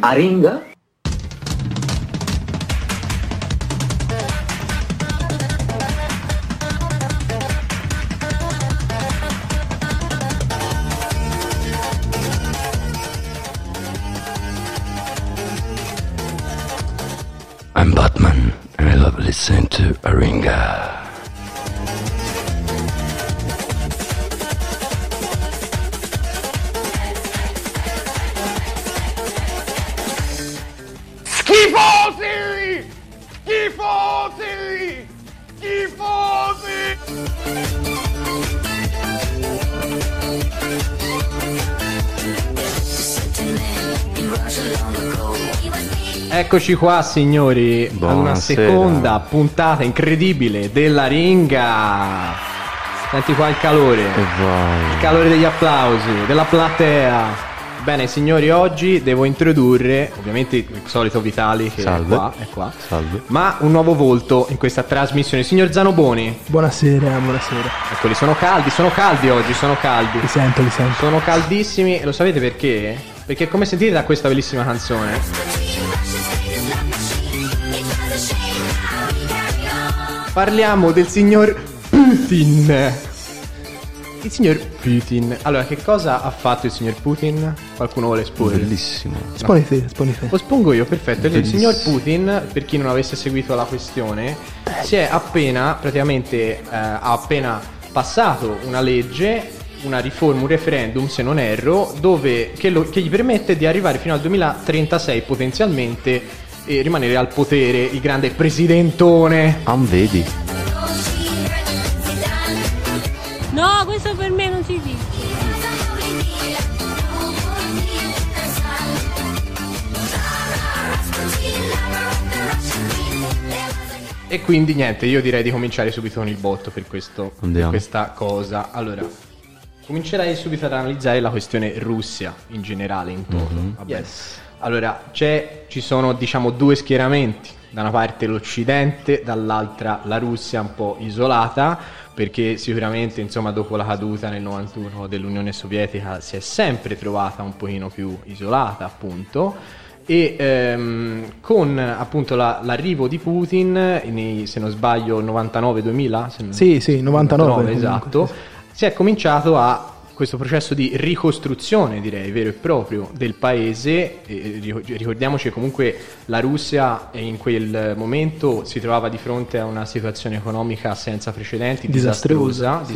Aringa? I'm Batman and I love listening to Aringa. Schifosi! Schifosi! Schifosi! Eccoci qua signori, ad una Buonasera. seconda puntata incredibile della Ringa. Senti qua il calore, il calore degli applausi, della platea. Bene signori, oggi devo introdurre, ovviamente il solito Vitali che Salve. è qua, Salve. ma un nuovo volto in questa trasmissione. Signor Zanoboni, Buonasera, buonasera. eccoli, sono caldi oggi, sono caldi. Li sento. Sono caldissimi e lo sapete perché? Perché come sentite da questa bellissima canzone parliamo del signor Putin. Il signor Putin. Allora, che cosa ha fatto il signor Putin? Qualcuno vuole esporre? Bellissimo. Esponi te. Lo espongo io, perfetto. Il Bellissimo. signor Putin, per chi non avesse seguito la questione, si è appena, praticamente, ha appena passato una legge, una riforma, un referendum, se non erro, che gli permette di arrivare fino al 2036 potenzialmente e rimanere al potere, il grande presidentone. Vedi? No, questo per me non si dice. E quindi niente, io direi di cominciare subito con il botto per Andiamo. questa cosa. Allora, comincerei subito ad analizzare la questione Russia in generale, in toto. Va bene? Allora, ci sono diciamo due schieramenti, da una parte l'Occidente, dall'altra la Russia un po' isolata, perché sicuramente insomma dopo la caduta nel 91 dell'Unione Sovietica si è sempre trovata un pochino più isolata appunto. E con appunto l'arrivo di Putin, se non sbaglio 99-2000? Sì, 99 esatto, comunque, si è cominciato a questo processo di ricostruzione, direi, vero e proprio del paese. Ricordiamoci che comunque la Russia in quel momento si trovava di fronte a una situazione economica senza precedenti, disastrosa.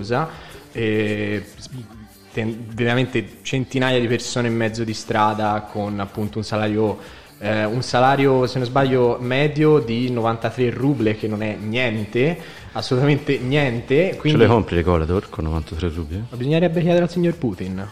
Veramente centinaia di persone in mezzo di strada con appunto un salario se non sbaglio medio di 93 ruble, che non è niente, assolutamente niente. Quindi Ce le compri le Colador con 93 rubli? ma bisognerebbe chiedere al signor Putin.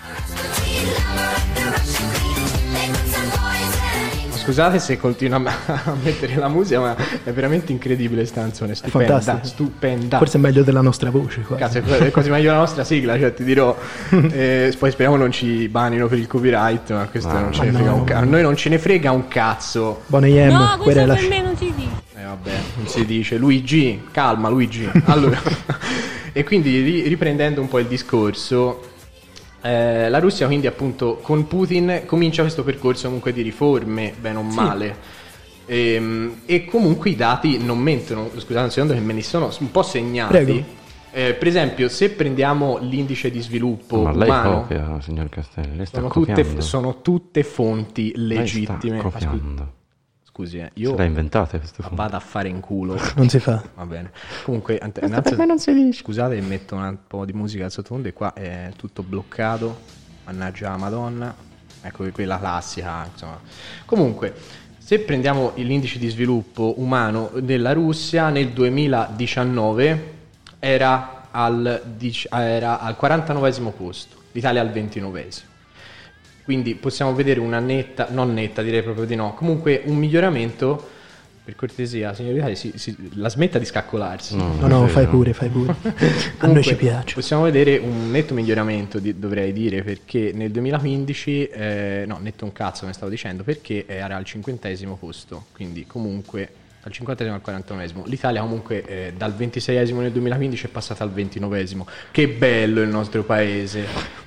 Scusate se continuo a mettere la musica, ma è veramente incredibile sta canzone, fantastica. stupenda. Forse è meglio della nostra voce qua. Cazzo, è quasi meglio la nostra sigla, cioè ti dirò. Poi speriamo non ci banino per il copyright, ma questo non ce ne frega un cazzo. A noi non ce ne frega un cazzo. Buona Yem, No, questo querela. per me non si dice. Vabbè, non si dice. Luigi, calma Luigi. Allora, e quindi riprendendo un po' il discorso, la Russia quindi appunto con Putin comincia questo percorso comunque di riforme, bene o male. E comunque i dati non mentono. Scusate un secondo che me ne sono un po' segnati. Prego. Per esempio, se prendiamo l'indice di sviluppo Ma lei umano, copia, signor Castelli, lei sta copiando. sono tutte fonti legittime. Lei sta copiando. Scusi, Se io l'ha inventate queste fonti. vado a fare in culo. Non si fa. Va bene. Comunque, per me non si dice. scusate, metto un po' di musica al sottofondo e qua è tutto bloccato. Mannaggia la Madonna. Ecco, quella classica, insomma. Comunque, se prendiamo l'indice di sviluppo umano della Russia nel 2019 era al 49esimo posto, l'Italia al 29esimo. Quindi possiamo vedere una netta, non netta, direi proprio di no, comunque un miglioramento. Per cortesia, signor Vitali, la smetta di scaccolarsi. No, fai pure. A noi Comunque, ci piace. Possiamo vedere un netto miglioramento, dovrei dire, perché nel 2015, no, netto un cazzo, come stavo dicendo, perché era al 50esimo posto, quindi comunque dal 50esimo al 41esimo. L'Italia comunque dal 26esimo nel 2015 è passata al 29esimo. Che bello il nostro paese.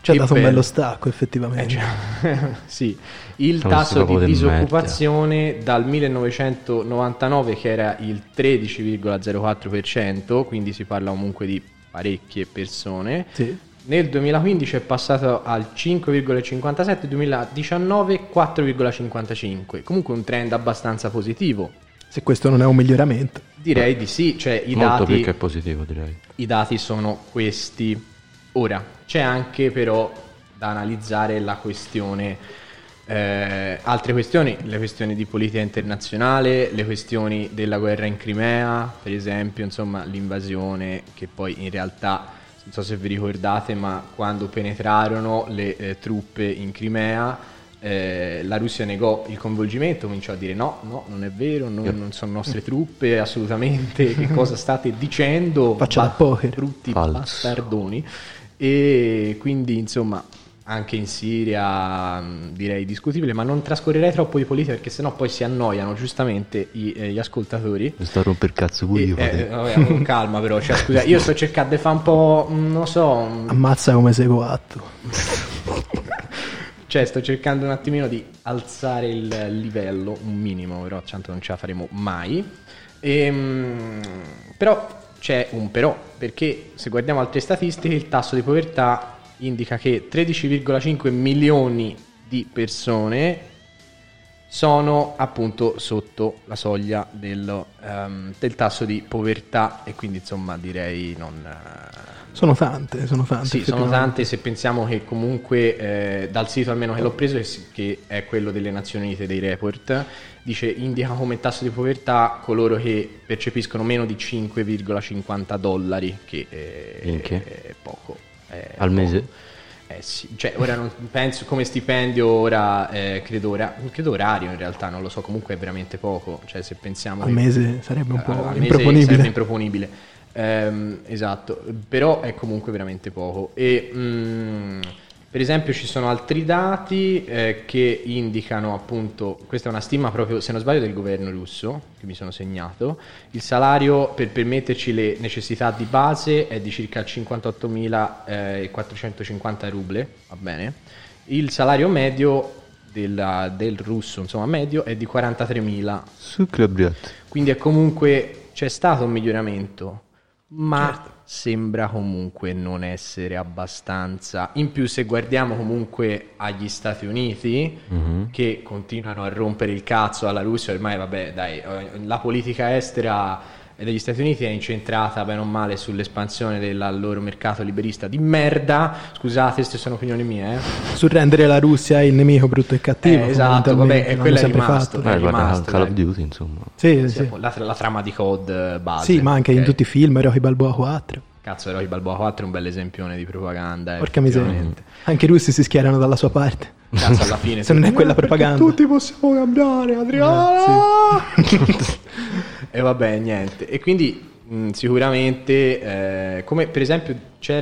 Ci ha Che dato un bello. bello stacco, effettivamente. Sì, il Siamo tasso proprio di del disoccupazione dal 1999 che era il 13,04%, quindi si parla comunque di parecchie persone. Sì. Nel 2015 è passato al 5,57, 2019 4,55. Comunque un trend abbastanza positivo. Se questo non è un miglioramento. Direi di sì, cioè Molto più che positivo, direi. i dati sono questi. Ora, c'è anche però da analizzare la questione, altre questioni, le questioni di politica internazionale, le questioni della guerra in Crimea, per esempio, insomma, l'invasione che poi in realtà, non so se vi ricordate, ma quando penetrarono le truppe in Crimea, la Russia negò il coinvolgimento, cominciò a dire no, non è vero, non sono nostre truppe, assolutamente, che cosa state dicendo? Faccia da poker. Brutti Falso. bastardoni. E quindi insomma anche in Siria direi discutibile, ma non trascorrerei troppo di politica perché sennò poi si annoiano giustamente gli ascoltatori. Mi sto a rompere il cazzo pure io. Vabbè, con calma però, cioè, scusa, io sto cercando di fare un po', non so, Ammazza come sei coatto. cioè sto cercando un attimino di alzare il livello, un minimo, però tanto non ce la faremo mai. Però c'è un però, perché se guardiamo altre statistiche il tasso di povertà indica che 13,5 milioni di persone sono appunto sotto la soglia del tasso di povertà e quindi insomma direi non... Sono tante. Sì, sono effettivamente. tante se pensiamo che comunque dal sito almeno che l'ho preso, che è quello delle Nazioni Unite dei report, dice indica come tasso di povertà coloro che percepiscono meno di $5,50, che è poco. Al mese? Sì, cioè ora non penso come stipendio, ora credo orario in realtà, non lo so, comunque è veramente poco, cioè se pensiamo Al mese sarebbe un po' al mese improponibile. sarebbe improponibile. Esatto, però è comunque veramente poco. E per esempio ci sono altri dati che indicano appunto, questa è una stima proprio se non sbaglio del governo russo che mi sono segnato, il salario per permetterci le necessità di base è di circa 58.450 ruble, va bene? Il salario medio del russo, insomma medio, è di 43.000, quindi è comunque c'è stato un miglioramento, ma sembra comunque non essere abbastanza. In più se guardiamo comunque agli Stati Uniti che continuano a rompere il cazzo alla Russia, ormai vabbè dai, la politica estera degli Stati Uniti è incentrata bene o male sull'espansione del loro mercato liberista di merda, scusate queste sono opinioni mie, Su rendere la Russia il nemico brutto e cattivo. esatto, vabbè, e fondamentalmente, quello è l'hanno sempre rimasto. fatto. È Guarda, rimasto, Call of dai. Duty, insomma. Sì, Sì, sì. la trama di COD base. Sì, ma anche in ok? tutti i film, Rocky Balboa 4. Cazzo, Rocky Balboa 4 è un bel esempione di propaganda. Porca miseria. effettivamente. Anche i russi si schierano dalla sua parte. Cazzo, alla fine Se non è quella propaganda. tutti possiamo cambiare, Adriano. E vabbè, niente. E quindi sicuramente come per esempio c'è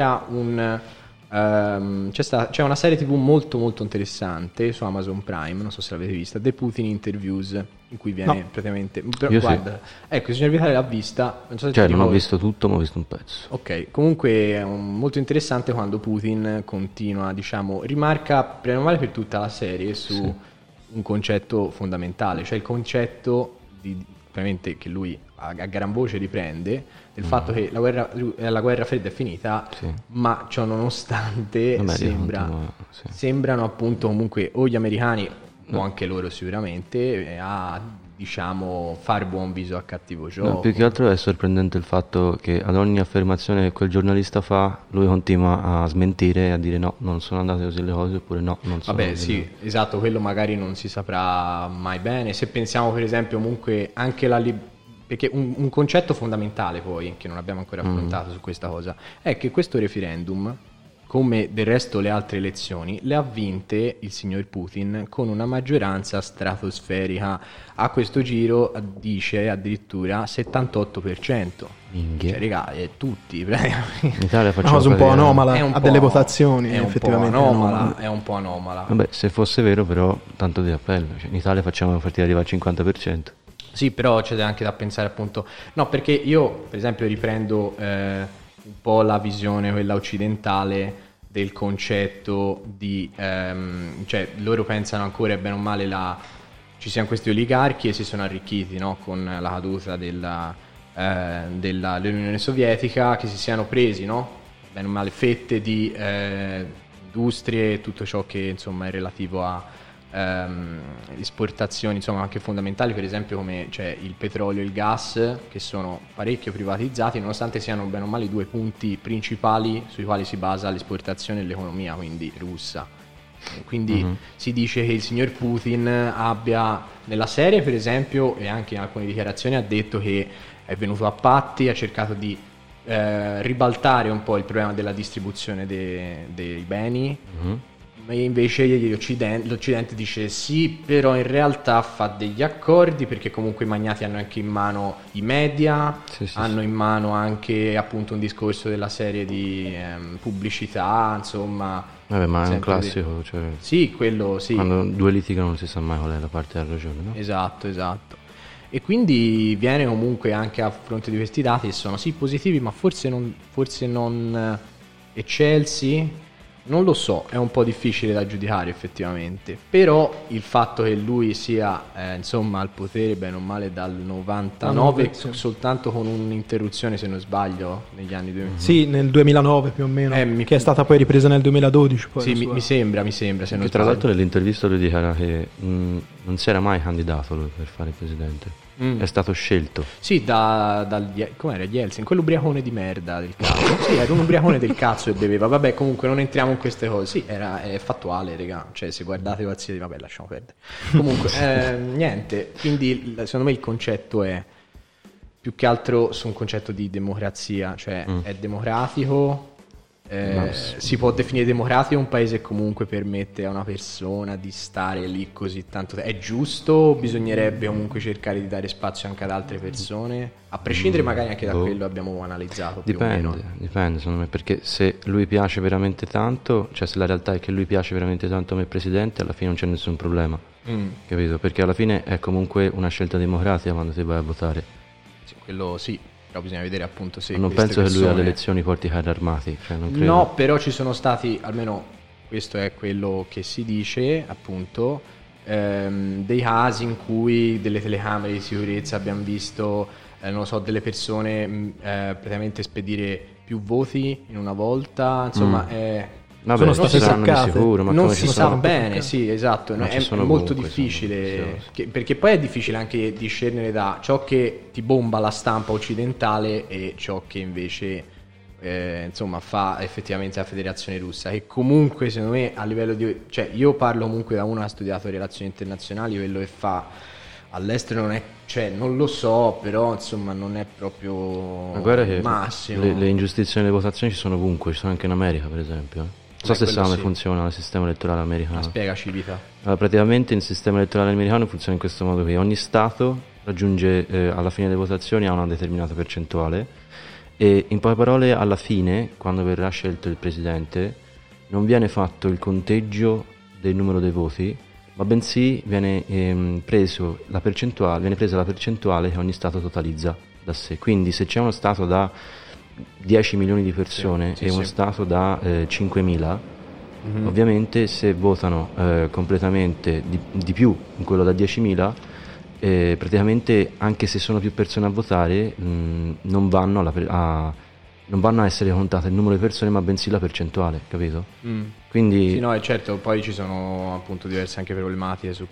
una serie TV molto molto interessante su Amazon Prime, non so se l'avete vista, The Putin Interviews, in cui viene No. praticamente però, Io sì. guarda, ecco, il signor Vitale l'ha vista, non so se Cioè, ti non ho ricordi. visto tutto, ma ho visto un pezzo. Ok, comunque è molto interessante quando Putin continua, diciamo, rimarca bene o male per tutta la serie su un concetto fondamentale, cioè il concetto ovviamente che lui a gran voce riprende del fatto che la guerra fredda è finita, Sì. ma ciò nonostante Vabbè, sì. sembrano appunto comunque o gli americani o anche loro sicuramente a diciamo far buon viso a cattivo gioco. No, più che altro è sorprendente il fatto che ad ogni affermazione che quel giornalista fa, lui continua a smentire e a dire no, non sono andate così le cose, oppure no, non sono Vabbè, così. sì, esatto, quello magari non si saprà mai bene. Se pensiamo per esempio comunque anche perché un concetto fondamentale poi, che non abbiamo ancora affrontato su questa cosa, è che questo referendum, come del resto le altre elezioni, le ha vinte il signor Putin con una maggioranza stratosferica. A questo giro dice addirittura 78%. Minchia. Cioè, raga, tutti praticamente. In Italia Una facciamo cosa un po' fatica. anomala, È un ha po'- delle votazioni è un po' effettivamente anomala, è un po' anomala. Vabbè, se fosse vero però, tanto di appello. Cioè, in Italia facciamo fatica arrivare al 50%. Sì, però c'è anche da pensare appunto... No, perché io per esempio riprendo un po' la visione quella occidentale del concetto di... cioè loro pensano ancora bene o male ci siano questi oligarchi e si sono arricchiti, no? Con la caduta dell'Unione Sovietica, che si siano presi, no? Bene o male fette di industrie e tutto ciò che insomma è relativo a esportazioni insomma anche fondamentali, per esempio come il petrolio e il gas, che sono parecchio privatizzati nonostante siano bene o male i due punti principali sui quali si basa l'esportazione e l'economia, quindi russa. Quindi si dice che il signor Putin abbia nella serie, per esempio, e anche in alcune dichiarazioni, ha detto che è venuto a patti, ha cercato di ribaltare un po' il problema della distribuzione dei beni, e invece l'Occidente dice sì, però in realtà fa degli accordi, perché comunque i magnati hanno anche in mano i media, hanno in mano anche appunto un discorso della serie di pubblicità, insomma. Vabbè, ma è un classico, cioè, sì, quello sì. Quando due litigano non si sa mai qual è la parte che ha ragione, no? Esatto. E quindi viene comunque anche a fronte di questi dati che sono sì positivi, ma forse non eccelsi. Non lo so, è un po' difficile da giudicare effettivamente, però il fatto che lui sia insomma al potere bene o male dal 99, soltanto con un'interruzione, se non sbaglio, negli anni 2000. Sì, nel 2009 più o meno, che è stata poi ripresa nel 2012. Poi sì, mi sembra, se non sbaglio. Tra l'altro nell'intervista lui dichiara che non si era mai candidato lui per fare presidente. È stato scelto. Sì, com'era Yeltsin, quell'ubriacone di merda del cazzo. Sì, era un ubriacone del cazzo e beveva. Vabbè, comunque non entriamo in queste cose. Sì, è fattuale, raga. Cioè, se guardate qualsiasi, vabbè, lasciamo perdere. Comunque, niente. Quindi, secondo me il concetto è più che altro su un concetto di democrazia. Cioè, è democratico. Si può definire democratico un paese che comunque permette a una persona di stare lì così tanto tempo. È giusto? Bisognerebbe comunque cercare di dare spazio anche ad altre persone, a prescindere magari anche da quello che abbiamo analizzato più o meno. Dipende secondo me, perché se lui piace veramente tanto, cioè se la realtà è che lui piace veramente tanto come presidente, alla fine non c'è nessun problema, capito? Perché alla fine è comunque una scelta democratica quando ti vai a votare. Sì, quello sì. Però bisogna vedere appunto se non penso che lui alle elezioni porti carri armati, cioè non credo. No, però ci sono stati, almeno questo è quello che si dice appunto, dei casi in cui delle telecamere di sicurezza abbiamo visto non lo so, delle persone praticamente spedire più voti in una volta, insomma vabbè, sono state saccate. Sicuro, ma non si sa bene, bloccate. sì, esatto, è molto difficile, perché poi è difficile anche discernere da ciò che ti bomba la stampa occidentale e ciò che invece insomma fa effettivamente la Federazione Russa, che comunque secondo me a livello di, cioè io parlo comunque da uno che ha studiato relazioni internazionali, quello che fa all'estero non è, cioè non lo so, però insomma non è proprio il massimo. Le ingiustizie nelle votazioni ci sono ovunque, ci sono anche in America per esempio. Non so se sa come funziona il sistema elettorale americano. Spiegaci, Vita. Allora, praticamente il sistema elettorale americano funziona in questo modo qui: ogni stato raggiunge alla fine delle votazioni a una determinata percentuale, e in poche parole alla fine, quando verrà scelto il presidente, non viene fatto il conteggio del numero dei voti, ma bensì viene presa la percentuale che ogni stato totalizza da sé. Quindi se c'è uno stato da 10 milioni di persone e uno stato da 5.000, ovviamente se votano completamente di più in quello da 10.000, praticamente anche se sono più persone a votare non vanno a essere contate il numero di persone, ma bensì la percentuale, capito? Quindi sì, no, è certo, poi ci sono appunto diverse anche problematiche su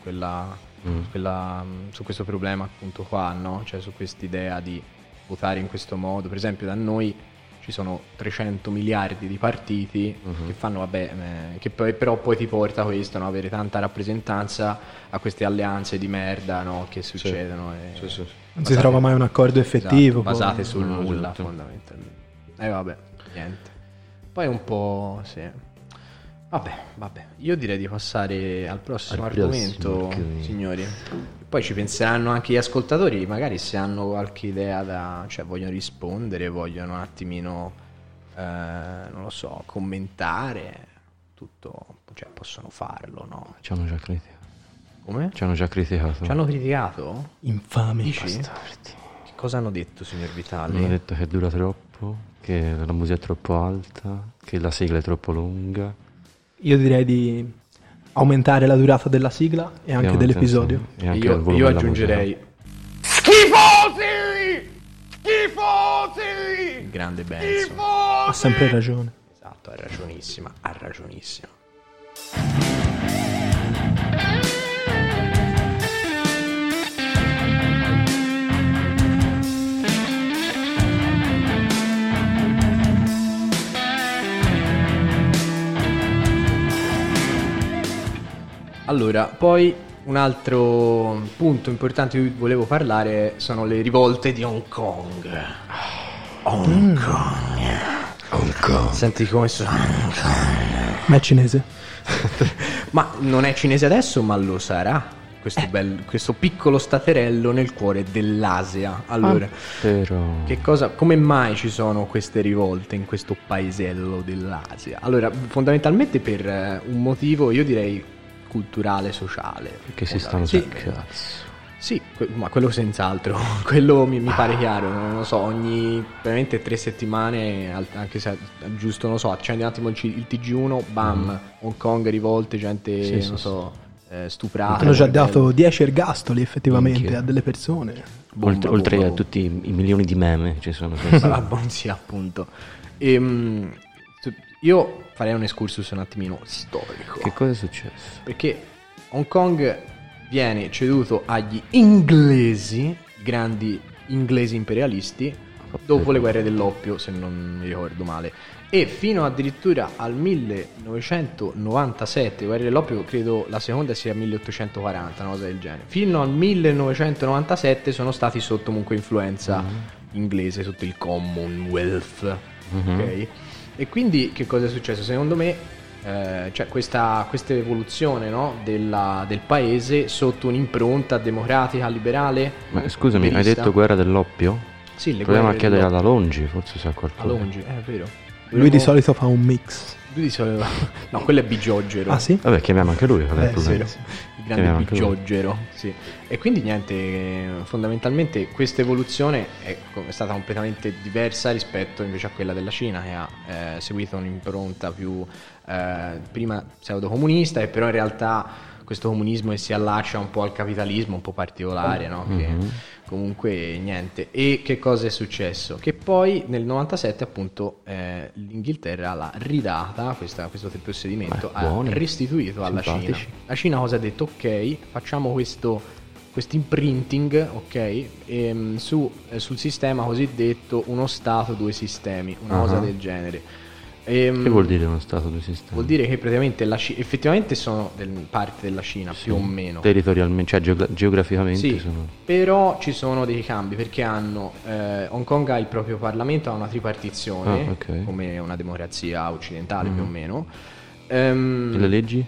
su questo problema appunto qua, no? Cioè su quest'idea di votare in questo modo. Per esempio da noi ci sono 300 miliardi di partiti che fanno, vabbè, che poi, però poi ti porta questo, no? Avere tanta rappresentanza a queste alleanze di merda, no? Che succedono. Non si trova mai un accordo effettivo. Esatto, basate sul nulla, fondamentalmente. Vabbè, niente. Poi un po', sì. Vabbè, io direi di passare al prossimo argomento, signori. Poi ci penseranno anche gli ascoltatori, magari se hanno qualche idea cioè vogliono rispondere, vogliono un attimino, non lo so, commentare, tutto, cioè possono farlo, no? Ci hanno già criticato. Come? Ci hanno già criticato. Ci hanno criticato? Infame. Dici? Che cosa hanno detto, signor Vitali? Hanno detto che dura troppo. troppo, che la musica è troppo alta, che la sigla è troppo lunga. Io direi di aumentare la durata della sigla e anche dell'episodio. E anche il volume Io della aggiungerei Schifosi! Schifosi! il grande Benson. Ha sempre ragione. Esatto, ha ragionissima, ha ragionissima. Allora, poi un altro punto importante di cui volevo parlare sono le rivolte di Hong Kong. Hong Kong. Senti come sono. Ma è cinese? Ma non è cinese adesso, ma lo sarà. Questo piccolo staterello nel cuore dell'Asia. Allora, come mai ci sono queste rivolte in questo paesello dell'Asia? Allora, fondamentalmente per un motivo, io direi culturale, sociale. Perché si stanno sul cazzo. Sì, ma quello senz'altro. Quello mi pare chiaro. Non lo so, ogni veramente 3 settimane, anche se giusto, non lo so, accendi un attimo il TG1, bam, Hong Kong, rivolte, gente, stuprata. Hanno già dato 10 ergastoli effettivamente a delle persone. Oltre a tutti i milioni di meme ci sono. Sì, appunto. Io farei un excursus un attimino storico. Che cosa è successo? Perché Hong Kong viene ceduto agli inglesi, grandi inglesi imperialisti, dopo le guerre dell'oppio, se non mi ricordo male. E fino addirittura al 1997, guerre dell'oppio, credo la seconda sia 1840, una cosa del genere. Fino al 1997 sono stati sotto comunque influenza inglese, sotto il Commonwealth, ok? E quindi che cosa è successo? Secondo me c'è questa evoluzione, no, del paese sotto un'impronta democratica, liberale. Ma scusami, liberista. Hai detto guerra dell'oppio? Sì, le proviamo a chiedere dell'oppio. alla Longi, forse sa qualcosa. A Longi, è vero. Lui di solito fa un mix. Lui di solito no, quello è Bigiogero. Ah sì? Vabbè, chiamiamo anche lui, sì. Il grande Bigiogero, sì. E quindi niente, fondamentalmente questa evoluzione è stata completamente diversa rispetto invece a quella della Cina, che ha seguito un'impronta più prima pseudo-comunista, e però in realtà questo comunismo che si allaccia un po' al capitalismo un po' particolare, no? Che comunque niente. E che cosa è successo? Che poi nel 97 appunto l'Inghilterra l'ha ridata questo possedimento, ha restituito alla Cina. La Cina cosa ha detto? Ok, facciamo questo imprinting, ok, sul sistema cosiddetto uno Stato, due sistemi, una cosa del genere. Che vuol dire uno Stato, due sistemi? Vuol dire che praticamente effettivamente sono parte della Cina, più o meno. Territorialmente, cioè geograficamente sì, sono. Però ci sono dei cambi, perché Hong Kong ha il proprio Parlamento, ha una tripartizione, come una democrazia occidentale più o meno. E le leggi?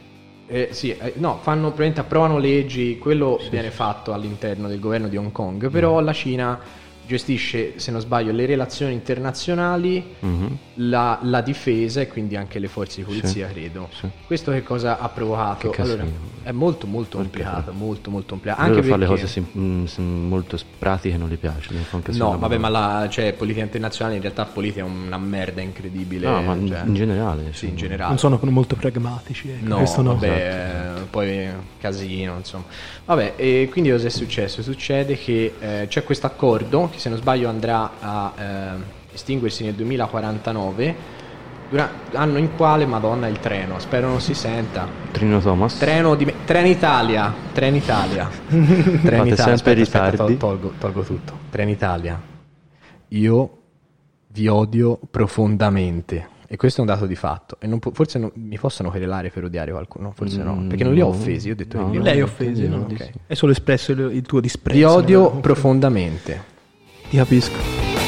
No, probabilmente approvano leggi, quello viene fatto all'interno del governo di Hong Kong, però la Cina gestisce, se non sbaglio, le relazioni internazionali, la difesa e quindi anche le forze di polizia, credo. Sì. Questo che cosa ha provocato? Allora, è molto complicato, molto complicato. Anche fa le cose molto pratiche, non gli piace. No, vabbè, ma politica internazionale, in realtà politica è una merda incredibile. No, ma in generale. Sì, in generale. Non sono molto pragmatici. No, vabbè, poi casino, insomma. Vabbè, e quindi cosa è successo? Succede che c'è questo accordo che, se non sbaglio, andrà a estinguersi nel 2049, anno in quale, madonna, il treno, spero non si senta. Trino Thomas. Trenitalia. Trenitalia, sempre ritardi. Tolgo tutto. Trenitalia. Io vi odio profondamente. E questo è un dato di fatto. E forse non mi possono querelare per odiare qualcuno, forse no, perché non li ho offesi. Io ho detto che lei ha offesi, no? Okay. È solo espresso il tuo disprezzo. Vi odio profondamente. Ti capisco.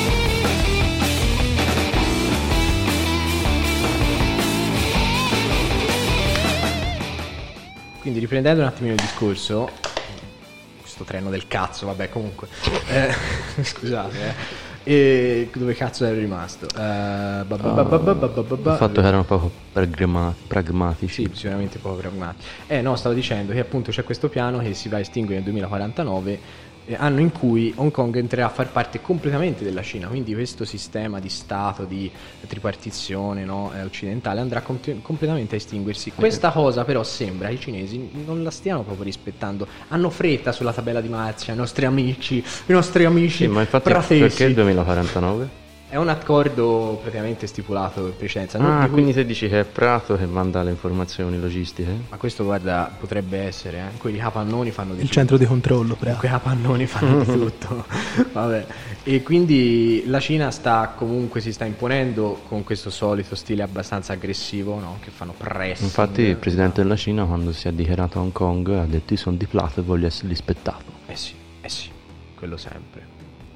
Quindi, riprendendo un attimino il discorso, questo treno del cazzo, vabbè, comunque, scusate, e dove cazzo ero rimasto? Il fatto che erano poco pragmatici. Sì, sicuramente poco pragmatici. No, stavo dicendo che appunto c'è questo piano che si va a estinguere nel 2049, anno in cui Hong Kong entrerà a far parte completamente della Cina, quindi questo sistema di stato, di tripartizione, no, occidentale andrà completamente a estinguersi. Questa cosa però sembra i cinesi non la stiano proprio rispettando, hanno fretta sulla tabella di marcia, i nostri amici Sì, ma infatti pratesi. perché il 2049? È un accordo praticamente stipulato in precedenza. Quindi te dici che è Prato che manda le informazioni logistiche? Ma questo, guarda, potrebbe essere, quelli capannoni fanno di Il tutto. centro di controllo, prego. Quei capannoni fanno di tutto. Vabbè. E quindi la Cina si sta imponendo con questo solito stile abbastanza aggressivo, no? Che fanno pressing. Infatti il presidente della Cina, quando si è dichiarato a Hong Kong, ha detto: io sono di Plato e voglio essere rispettato. Eh sì, quello sempre.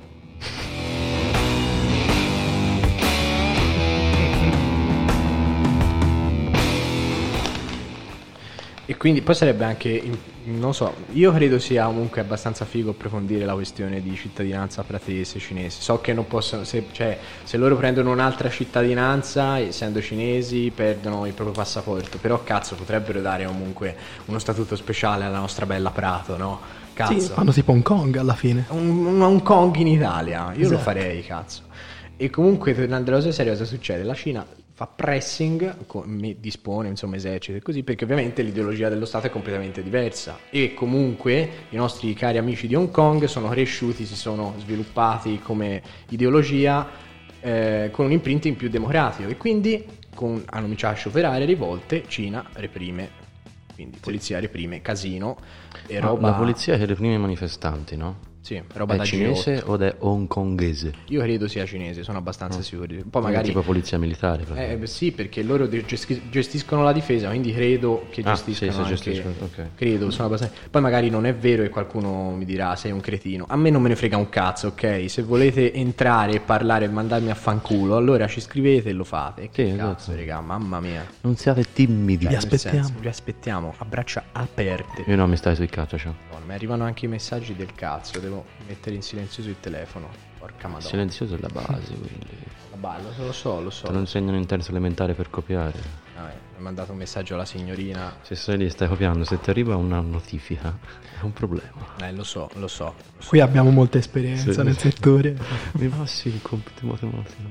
E quindi poi sarebbe anche, non so, io credo sia comunque abbastanza figo approfondire la questione di cittadinanza pratese cinese. So che non possono, se loro prendono un'altra cittadinanza, essendo cinesi, perdono il proprio passaporto. Però cazzo, potrebbero dare comunque uno statuto speciale alla nostra bella Prato, no? Cazzo. Sì, fanno tipo Hong Kong alla fine. Un Hong Kong in Italia, io Esatto. lo farei, cazzo. E comunque, tornando alla cosa seria, cosa succede? La Cina fa pressing, dispone, insomma, esercita e così, perché ovviamente l'ideologia dello Stato è completamente diversa e comunque i nostri cari amici di Hong Kong sono cresciuti, si sono sviluppati come ideologia con un imprinting più democratico e quindi hanno cominciato a scioperare rivolte, Cina reprime, quindi polizia reprime, casino e roba... La polizia che reprime i manifestanti, no? Sì, roba È da cinese o è hongkongese? Io credo sia cinese, sono abbastanza sicuro. Poi magari tipo polizia militare. sì, perché loro gestiscono la difesa, quindi credo che gestiscano sì, anche, gestiscono, ok. credo, sono abbastanza... Poi magari non è vero e qualcuno mi dirà sei un cretino. A me non me ne frega un cazzo, ok? Se volete entrare e parlare e mandarmi a fanculo, allora ci scrivete e lo fate. Che Sì, cazzo, esatto. raga, mamma mia. Non siate timidi. Vi Nel aspettiamo. senso, vi aspettiamo a braccia aperte. Io no, mi stai sul cazzo, ciao. Mi arrivano anche i messaggi del cazzo, devo mettere in silenzioso il telefono. Porca madonna. Silenzioso è la base, quindi Lo so. te lo insegnano in terzo elementare per copiare. Mi ha mandato un messaggio alla signorina. Se sei lì stai copiando, se ti arriva una notifica è un problema. Lo so. Qui abbiamo molta esperienza Sì. nel settore. Mi passi il compito matematico?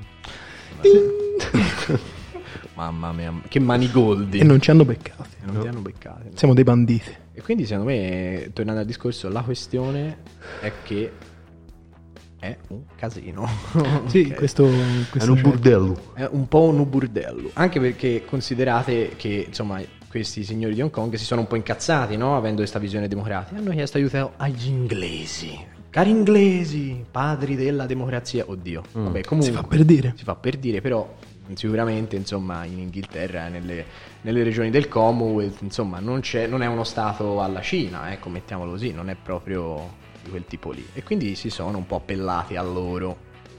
Mamma mia, che manigoldi. E non ci hanno beccati. Non ti hanno beccati. Siamo dei banditi. E quindi secondo me, tornando al discorso, la questione è che è un casino. Sì, Ok. questo È un c'è. burdello. È un po' un burdello. Anche perché considerate che, insomma, questi signori di Hong Kong si sono un po' incazzati, no? Avendo questa visione democratica. Hanno chiesto aiuto agli inglesi. Cari inglesi, padri della democrazia. Oddio. Vabbè, comunque. Si fa per dire. Si fa per dire, però sicuramente, insomma, in Inghilterra, nelle regioni del Commonwealth, insomma, non è uno stato alla Cina, ecco, mettiamolo così, non è proprio di quel tipo lì. E quindi si sono un po' appellati a loro.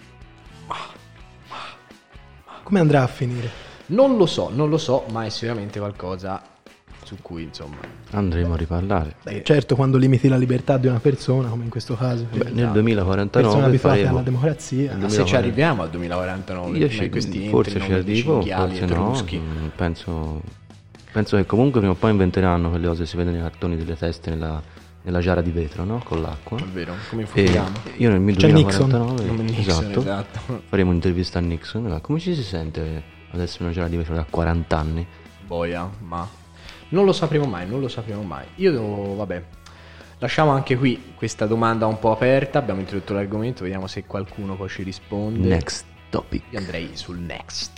Come andrà a finire? Non lo so, ma è sicuramente qualcosa su cui, insomma... Andremo a riparlare. Beh, certo, quando limiti la libertà di una persona, come in questo caso. Beh, nel persone 2049 abituate faremo alla democrazia. Ma se ci arriviamo al 2049, Io prima che questi forse ci entrino di arrivo, cinghiali forse no. etruschi. Penso che comunque prima o poi inventeranno quelle cose che si vedono nei cartoni delle teste nella giara di vetro, no? Con l'acqua. È vero, come E infuochiamo? io nel C'è Nixon. 2049 Come Nixon, esatto. faremo un'intervista a Nixon. Come ci si sente adesso in una giara di vetro da 40 anni? Boia, ma non lo sapremo mai. Io, vabbè, lasciamo anche qui questa domanda un po' aperta. Abbiamo introdotto l'argomento, vediamo se qualcuno poi ci risponde. Next topic. Io andrei sul next.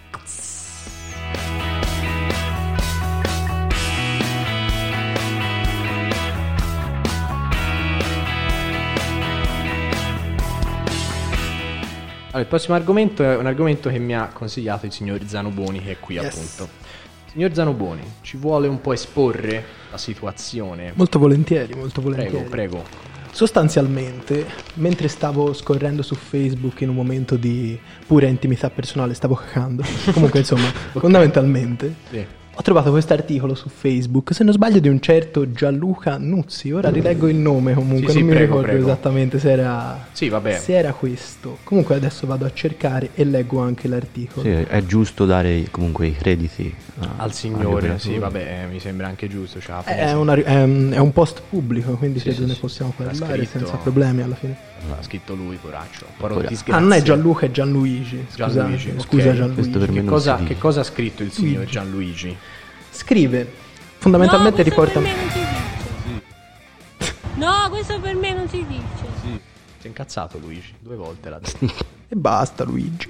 Allora, il prossimo argomento è un argomento che mi ha consigliato il signor Zanoboni, che è qui appunto. Signor Zanoboni, ci vuole un po' esporre la situazione? Molto volentieri, molto volentieri. Prego. Sostanzialmente, mentre stavo scorrendo su Facebook in un momento di pura intimità personale, stavo cacando. Comunque, insomma, fondamentalmente, Sì. Ho trovato questo articolo su Facebook, se non sbaglio di un certo Gianluca Nuzzi, ora rileggo il nome comunque, Sì, non mi prego, ricordo prego. esattamente se era, Sì, vabbè. se era questo. Comunque adesso vado a cercare e leggo anche l'articolo. Sì, è giusto dare comunque i crediti Al agli signore, operatori. sì, vabbè, mi sembra anche giusto. Cioè, alla fine È un post pubblico, quindi Sì, credo sì, ne sì. possiamo L'ha parlare scritto- senza problemi alla fine. l'ha scritto lui, poraccio. Ah, non è Gianluca, è Gianluigi. Gianluigi, Scusate, ok. scusa Gianluigi. Questo per me non si dice. Che cosa ha scritto il signor Luigi. Gianluigi? Scrive, fondamentalmente no, questo riporta... per me non si dice. No, questo per me non si dice. Si è incazzato Luigi, 2 volte l'ha detto. E basta Luigi.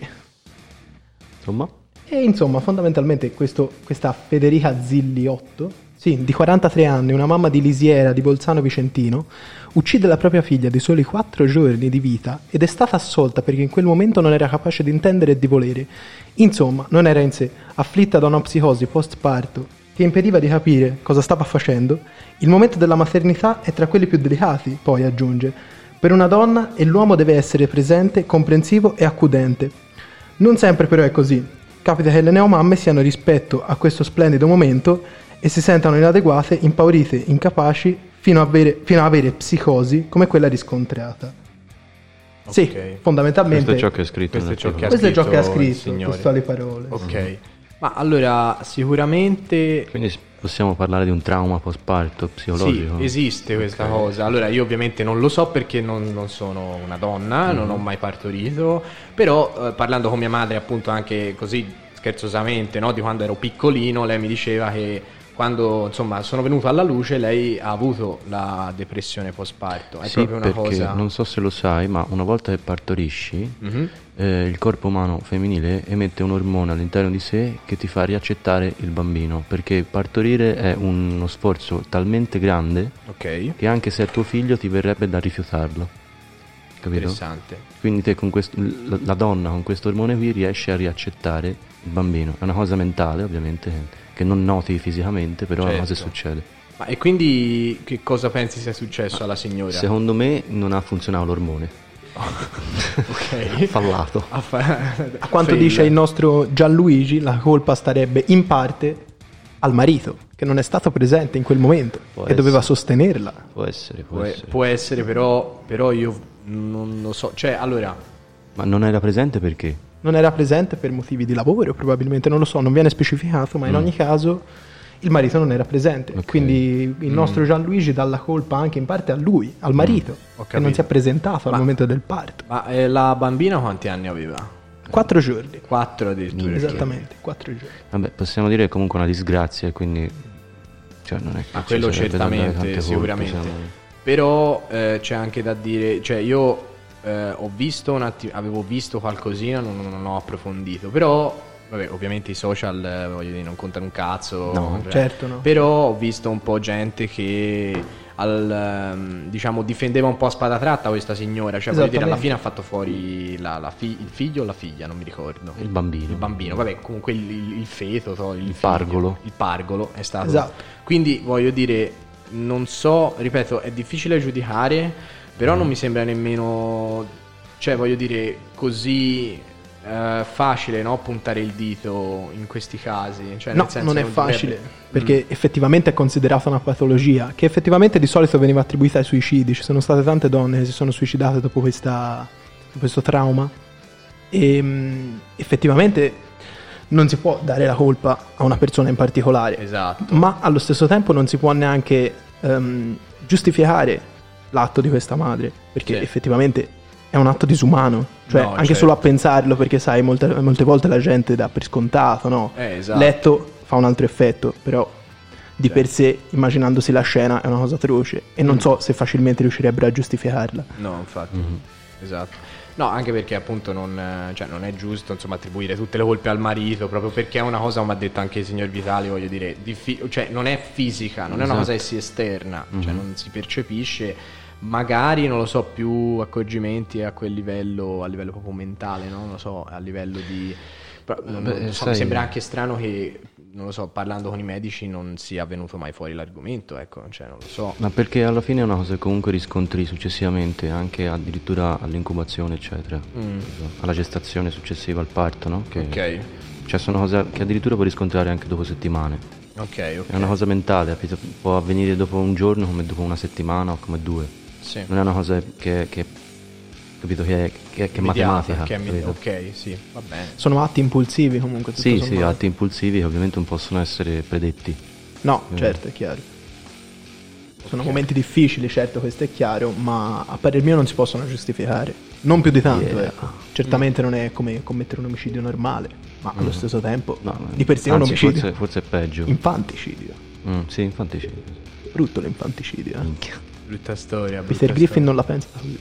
Insomma, E insomma, fondamentalmente questa Federica Zilliotto, sì, di 43 anni, una mamma di Lisiera di Bolzano Vicentino, uccide la propria figlia di soli 4 giorni di vita ed è stata assolta perché in quel momento non era capace di intendere e di volere. Insomma, non era in sé, afflitta da una psicosi postparto che impediva di capire cosa stava facendo. Il momento della maternità è tra quelli più delicati, poi aggiunge. Per una donna e l'uomo deve essere presente, comprensivo e accudente. Non sempre però è così. Capita che le neomamme siano rispetto a questo splendido momento e si sentano inadeguate, impaurite, incapaci, fino a avere psicosi come quella riscontrata. Sì, Ok. fondamentalmente questo è ciò che è scritto Questo è ciò nell'articolo. che ha questo è ciò che ha scritto il scritto, signore. testuali parole. Ok. Ma allora, sicuramente Quindi possiamo parlare di un trauma postparto psicologico? sì, esiste questa cosa. Allora, io ovviamente non lo so perché non sono una donna, non ho mai partorito, però parlando con mia madre, appunto, anche così scherzosamente, no, di quando ero piccolino, lei mi diceva che quando, insomma, sono venuto alla luce, lei ha avuto la depressione postparto. È Sì, proprio una perché cosa... non so se lo sai, ma una volta che partorisci, Mhm. il corpo umano femminile emette un ormone all'interno di sé che ti fa riaccettare il bambino, perché partorire è uno sforzo talmente grande Ok, che anche se è tuo figlio ti verrebbe da rifiutarlo, capito? interessante. Quindi te con la donna con questo ormone qui riesce a riaccettare il bambino. È una cosa mentale, ovviamente, che non noti fisicamente, però è una cosa che Certo. succede. Ma e quindi che cosa pensi sia successo alla signora? Secondo me non ha funzionato l'ormone. Ok. Fallato. A quanto dice il nostro Gianluigi, la colpa starebbe in parte al marito, che non è stato presente in quel momento Può e doveva essere. sostenerla. Può essere. Può essere, però io non lo so. Cioè, allora, Ma non era presente perché? Non era presente per motivi di lavoro, probabilmente, non lo so, non viene specificato, ma in ogni caso il marito non era presente. Ok. Quindi il nostro Gianluigi dà la colpa anche in parte a lui, al marito, Ho che non capito. si è presentato al Ma- momento del parto. ma la bambina quanti anni aveva? 4 giorni. 4 addirittura. Esattamente, 4 giorni. Vabbè, possiamo dire che è comunque una disgrazia, quindi cioè non è che Ma ci quello sarebbe da dare certamente, tante colpe, sicuramente. siamo- Però c'è anche da dire, cioè io ho visto un attimo, avevo visto qualcosina, non ho approfondito, però vabbè, ovviamente i social voglio dire non contano un cazzo, No, cioè, certo no. però ho visto un po' gente che diciamo difendeva un po' a spada tratta questa signora, cioè voglio dire alla Esattamente. fine ha fatto fuori il figlio o la figlia, non mi ricordo. Il bambino. Il bambino, vabbè, comunque il feto, il figlio, pargolo. il pargolo è stato. Esatto. Quindi voglio dire, non so, ripeto, è difficile giudicare, però non mi sembra nemmeno, cioè voglio dire, così facile, no, puntare il dito in questi casi. Cioè, No, nel senso non è che dovrebbe- facile, perché effettivamente è considerata una patologia, che effettivamente di solito veniva attribuita ai suicidi. Ci sono state tante donne che si sono suicidate dopo questo trauma. E effettivamente non si può dare la colpa a una persona in particolare, Esatto. ma allo stesso tempo non si può neanche giustificare l'atto di questa madre, perché Sì. effettivamente è un atto disumano, cioè No, anche certo. solo a pensarlo, perché sai, molte volte la gente dà per scontato, no? Esatto. Letto fa un altro effetto, però di per sé, immaginandosi la scena, è una cosa atroce e non so se facilmente riuscirebbero a giustificarla. No, infatti. Esatto. No, anche perché appunto non è giusto, insomma, attribuire tutte le colpe al marito, proprio perché è una cosa, come ha detto anche il signor Vitali, voglio dire, cioè non è fisica, non è una Esatto. cosa che si esterna, cioè non si percepisce, magari, non lo so, più accorgimenti a quel livello, a livello proprio mentale, no? Non lo so, a livello di... però, non lo so, sai- mi sembra anche strano che, non lo so, parlando con i medici non sia venuto mai fuori l'argomento, ecco, cioè non lo so. Ma perché alla fine è una cosa che comunque riscontri successivamente, anche addirittura all'incubazione, eccetera. Alla gestazione successiva al parto, no? Che Ok. Cioè sono cose che addirittura puoi riscontrare anche dopo settimane. Ok. È una cosa mentale, capito? Può avvenire dopo un giorno come dopo una settimana o come 2. Sì. Non è una cosa che capito, che è matematica. Capito? Ok, sì, va bene. Sono atti impulsivi comunque. tutto Sì, sommato. atti impulsivi che ovviamente non possono essere predetti. No, certo, è chiaro. Sono momenti difficili, certo, questo è chiaro, ma a parer mio non si possono giustificare. Non più di tanto, ecco. Certamente non è come commettere un omicidio normale, ma allo stesso tempo di per sé è un Anzi, omicidio. forse è peggio. Infanticidio. Sì, infanticidio. Brutto l'infanticidio. Minchia. Brutta storia. Mr. Griffin non la pensa così.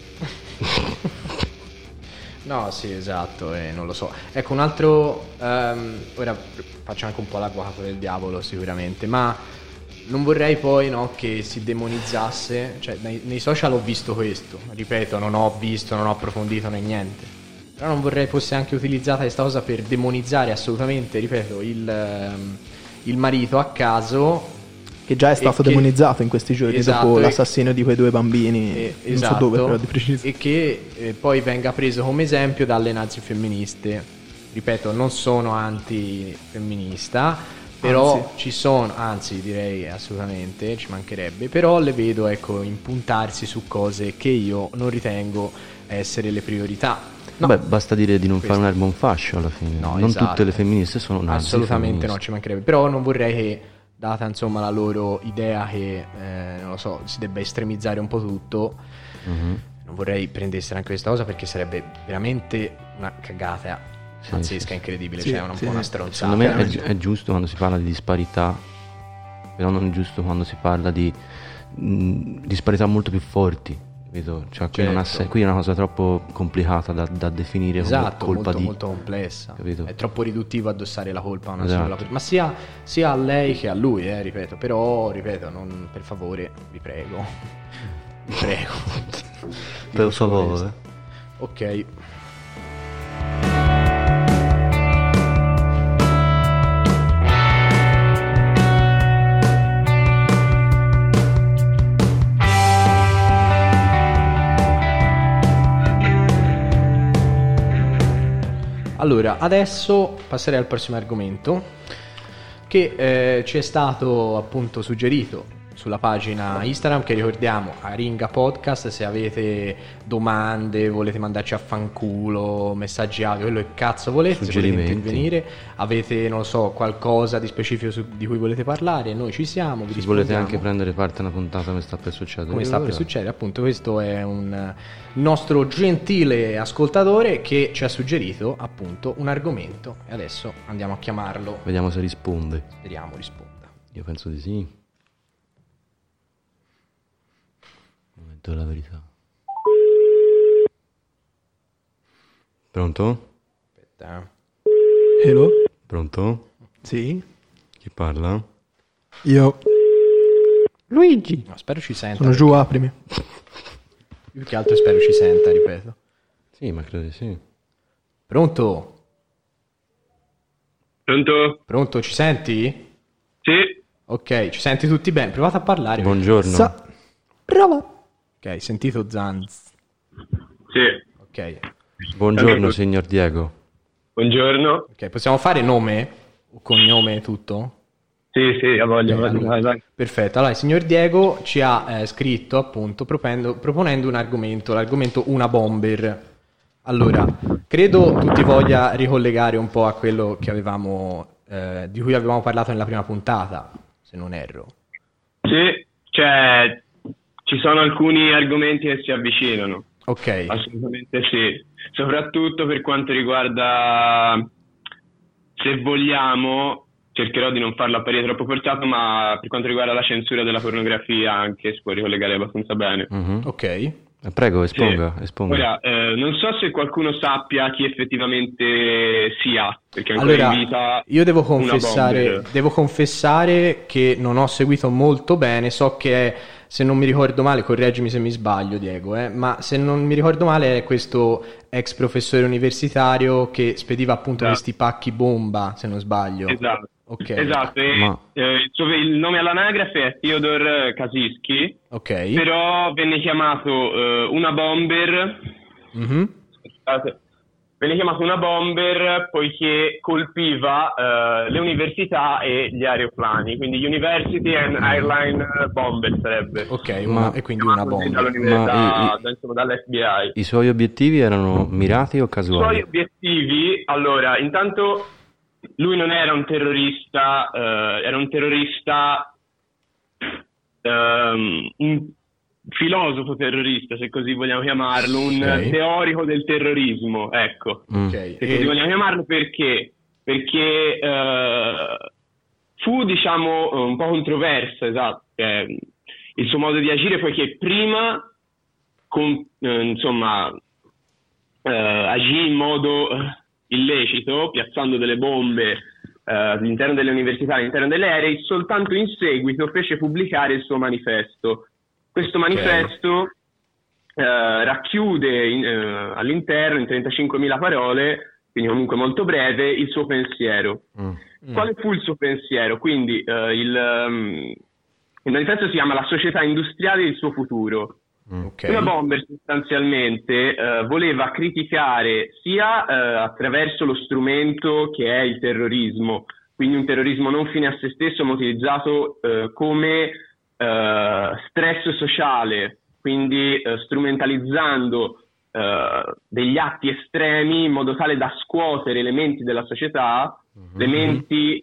No, sì, esatto, non lo so. Ecco, un altro... ora faccio anche un po' l'avvocato del diavolo sicuramente, ma non vorrei poi che si demonizzasse, cioè nei social ho visto questo, ripeto, non ho approfondito né niente, però non vorrei fosse anche utilizzata questa cosa per demonizzare assolutamente, ripeto, il marito a caso, che già è stato demonizzato in questi giorni, esatto, dopo l'assassinio di quei 2 bambini, non so dove però di preciso, e che poi venga preso come esempio dalle nazifemministe. Ripeto, non sono antifemminista, però ci sono, anzi direi assolutamente, ci mancherebbe, però le vedo impuntarsi su cose che io non ritengo essere le priorità. No. Beh, basta dire di non fare un erbo un fascio alla fine. No, non esatto. tutte le femministe sono nazi. Assolutamente no, ci mancherebbe. Però non vorrei che, data insomma la loro idea che, non lo so, si debba estremizzare un po' tutto, non vorrei prendessero anche questa cosa, perché sarebbe veramente una cagata pazzesca, incredibile, cioè un po' una stronzata. Secondo me è giusto quando si parla di disparità, però non è giusto quando si parla di disparità molto più forti, capito? Cioè qui è una cosa troppo complicata da definire come colpa molto, molto complessa, capito? È troppo riduttivo addossare la colpa a una sola persona, ma sia a lei che a lui, ripeto, però non, per favore, vi prego. Per favore. Ok. Allora, adesso passerei al prossimo argomento che ci è stato appunto suggerito sulla pagina Instagram, che ricordiamo Aringa Podcast. Se avete domande, volete mandarci a fanculo, messaggi audio, quello che cazzo volete, se volete intervenire, avete, non lo so, qualcosa di specifico di cui volete parlare, noi ci siamo, vi rispondiamo. Volete anche prendere parte a una puntata come sta per succedere? Appunto, questo è un nostro gentile ascoltatore che ci ha suggerito appunto un argomento e adesso andiamo a chiamarlo. Vediamo se risponde. Speriamo risponda. Io penso di sì. Momento della verità. Pronto? Aspetta. Hello? Pronto? Sì? Chi parla? Io. Luigi. No, spero ci senta. Sono giù, aprimi. Più che altro spero ci senta, ripeto. Sì, ma credo di sì. Pronto? Pronto, ci senti? Sì. Ok, ci senti tutti bene? Provate a parlare. Buongiorno. Prova. Ok, sentito Zanz? Sì. Ok. Buongiorno, signor Diego. Buongiorno. Ok, possiamo fare nome o cognome tutto? Sì, a voglia. Vai. Perfetto, allora il signor Diego ci ha scritto appunto proponendo un argomento, l'argomento una bomber. Allora, credo tu ti voglia ricollegare un po' a quello che di cui avevamo parlato nella prima puntata, se non erro. Sì, cioè ci sono alcuni argomenti che si avvicinano. Ok. Assolutamente sì. Soprattutto per quanto riguarda, se vogliamo, cercherò di non farlo apparire troppo forzato, ma per quanto riguarda la censura della pornografia anche si può ricollegare abbastanza bene. Ok. Prego, esponga. Ora, non so se qualcuno sappia chi effettivamente sia, perché ancora in vita. Io devo confessare che non ho seguito molto bene, so che è, se non mi ricordo male, correggimi se mi sbaglio Diego, ma se non mi ricordo male è questo ex professore universitario che spediva appunto questi pacchi bomba, se non sbaglio. Esatto. Okay. Esatto, il nome all'anagrafe è Theodor Kaczynski, però venne chiamato una bomber venne chiamato una bomber poiché colpiva le università e gli aeroplani, quindi University and Airline Bomber sarebbe. Ok, e quindi una bomber. Dall'FBI. I suoi obiettivi erano mirati o I casuali? suoi obiettivi, allora, intanto lui non era un terrorista, era un terrorista, un filosofo terrorista, se così vogliamo chiamarlo, un teorico del terrorismo, ecco, se così vogliamo chiamarlo, perché fu, diciamo, un po' controverso, esatto, il suo modo di agire, poiché prima agì in modo illecito, piazzando delle bombe all'interno delle università, all'interno degli aerei, soltanto in seguito fece pubblicare il suo manifesto. Questo manifesto racchiude all'interno, in 35.000 parole, quindi comunque molto breve, il suo pensiero. Quale fu il suo pensiero? Quindi il manifesto si chiama La società industriale e il suo futuro. Una bomber sostanzialmente voleva criticare sia attraverso lo strumento che è il terrorismo, quindi un terrorismo non fine a se stesso, ma utilizzato come stress sociale, quindi strumentalizzando degli atti estremi in modo tale da scuotere elementi della società, elementi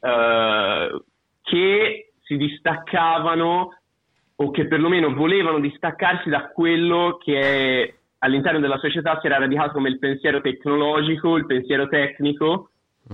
che si distaccavano o che perlomeno volevano distaccarsi da quello che all'interno della società si era radicato come il pensiero tecnologico, il pensiero tecnico,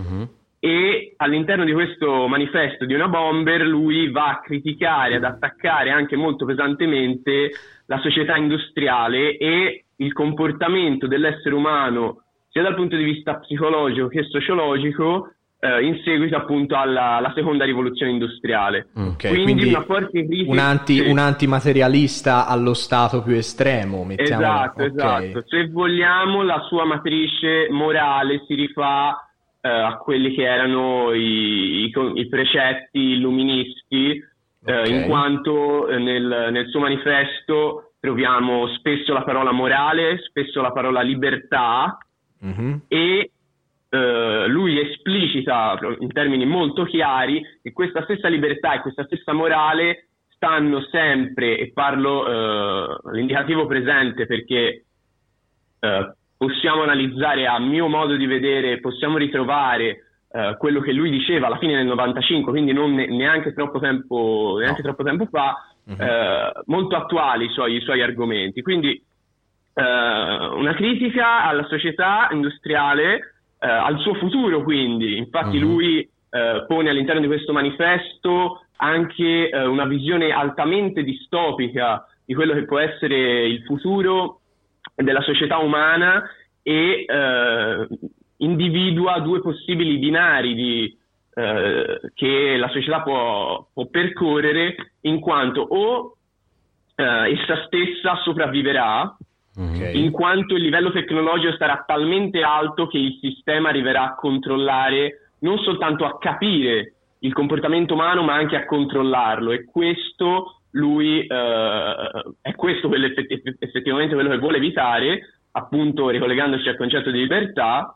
e all'interno di questo manifesto di una bomber lui va a criticare, ad attaccare anche molto pesantemente la società industriale e il comportamento dell'essere umano sia dal punto di vista psicologico che sociologico in seguito appunto alla seconda rivoluzione industriale. Quindi una forte critica, un antimaterialista allo stato più estremo, mettiamola. Esatto. Se vogliamo, la sua matrice morale si rifà a quelli che erano i precetti illuministi, in quanto nel suo manifesto troviamo spesso la parola morale, spesso la parola libertà, e lui esplicita in termini molto chiari che questa stessa libertà e questa stessa morale stanno sempre, e parlo all'indicativo presente perché possiamo analizzare, a mio modo di vedere, possiamo ritrovare quello che lui diceva alla fine del 95, quindi non neanche troppo tempo fa, molto attuali i suoi argomenti. Quindi una critica alla società industriale, al suo futuro, quindi infatti lui pone all'interno di questo manifesto anche una visione altamente distopica di quello che può essere il futuro della società umana e individua due possibili binari che la società può percorrere, in quanto o essa stessa sopravviverà, in quanto il livello tecnologico sarà talmente alto che il sistema arriverà a controllare, non soltanto a capire il comportamento umano, ma anche a controllarlo, e questo lui è questo effettivamente quello che vuole evitare, appunto ricollegandoci al concetto di libertà,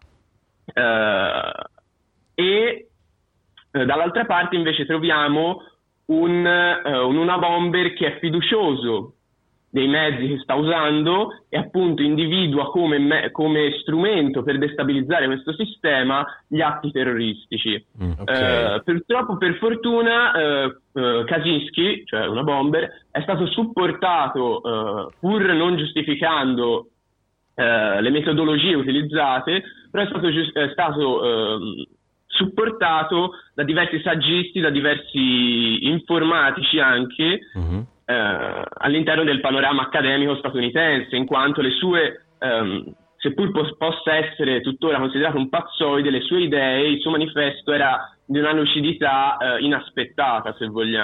e dall'altra parte invece troviamo una bomber che è fiducioso dei mezzi che sta usando e appunto individua come strumento per destabilizzare questo sistema gli atti terroristici. Purtroppo, per fortuna, Kaczynski, cioè una bomber, è stato supportato, pur non giustificando le metodologie utilizzate, però è stato supportato da diversi saggisti, da diversi informatici anche, all'interno del panorama accademico statunitense, in quanto le sue, seppur possa essere tuttora considerato un pazzoide, le sue idee, il suo manifesto era di una lucidità inaspettata, se vogliamo.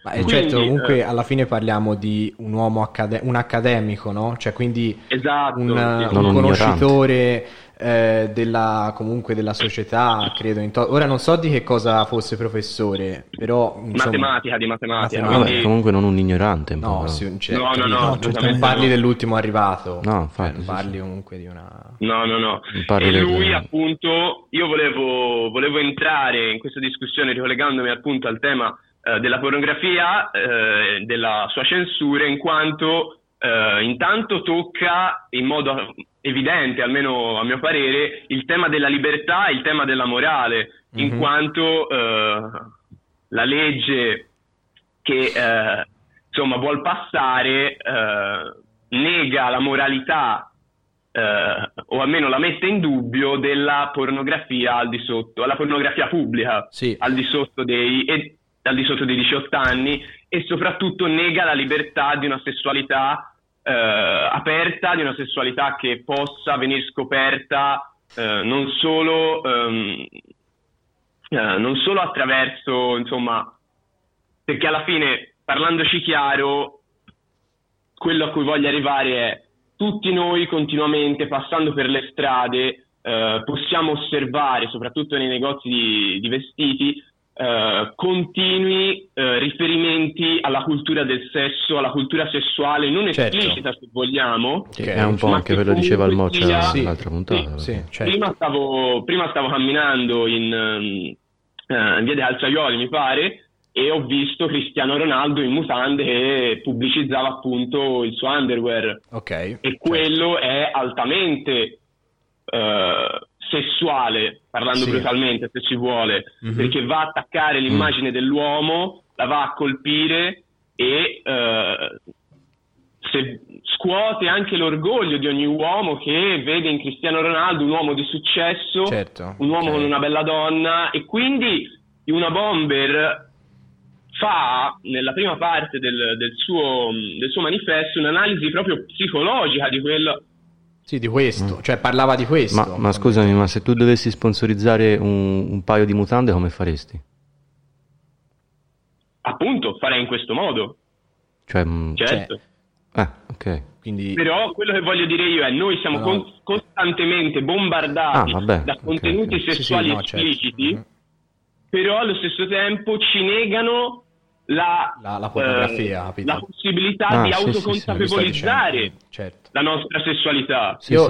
Ma certo, comunque alla fine parliamo di un uomo un accademico, no? Cioè quindi esatto, un conoscitore comunque della società, credo. Ora non so di che cosa fosse professore, però insomma, di matematica. Vabbè, comunque non un ignorante. No, non parli dell'ultimo arrivato. No, infatti, parli comunque di una... No. E lui appunto, io volevo entrare in questa discussione ricollegandomi appunto al tema della pornografia, della sua censura, in quanto intanto tocca in modo evidente, almeno a mio parere, il tema della libertà e il tema della morale, in quanto la legge che insomma vuol passare nega la moralità o almeno la mette in dubbio della pornografia al di sotto, la pornografia pubblica, sì, al di sotto dei 18 anni, e soprattutto nega la libertà di una sessualità aperta, di una sessualità che possa venire scoperta non solo attraverso, insomma, perché alla fine, parlandoci chiaro, quello a cui voglio arrivare è: tutti noi continuamente, passando per le strade, possiamo osservare, soprattutto nei negozi di vestiti, continui riferimenti alla cultura del sesso, alla cultura sessuale, non esplicita, se vogliamo, che è un po' anche quello diceva il Moccia l'altra puntata. Sì, certo. Prima stavo camminando in via dei Calzaioli, mi pare, e ho visto Cristiano Ronaldo in mutande che pubblicizzava appunto il suo underwear, e quello è altamente sessuale, parlando brutalmente, se ci vuole, perché va a attaccare l'immagine dell'uomo, la va a colpire e scuote anche l'orgoglio di ogni uomo che vede in Cristiano Ronaldo un uomo di successo, un uomo con una bella donna. E quindi una bomber fa, nella prima parte del suo manifesto, un'analisi proprio psicologica di quello. Sì, di questo, cioè parlava di questo. Ma scusami, ma se tu dovessi sponsorizzare un paio di mutande, come faresti? Appunto, farei in questo modo. Certo. Ok. Quindi... Però quello che voglio dire io è: noi siamo costantemente bombardati da contenuti sessuali espliciti, però allo stesso tempo ci negano la pornografia, la possibilità di autoconsapevolizzare la nostra sessualità. Io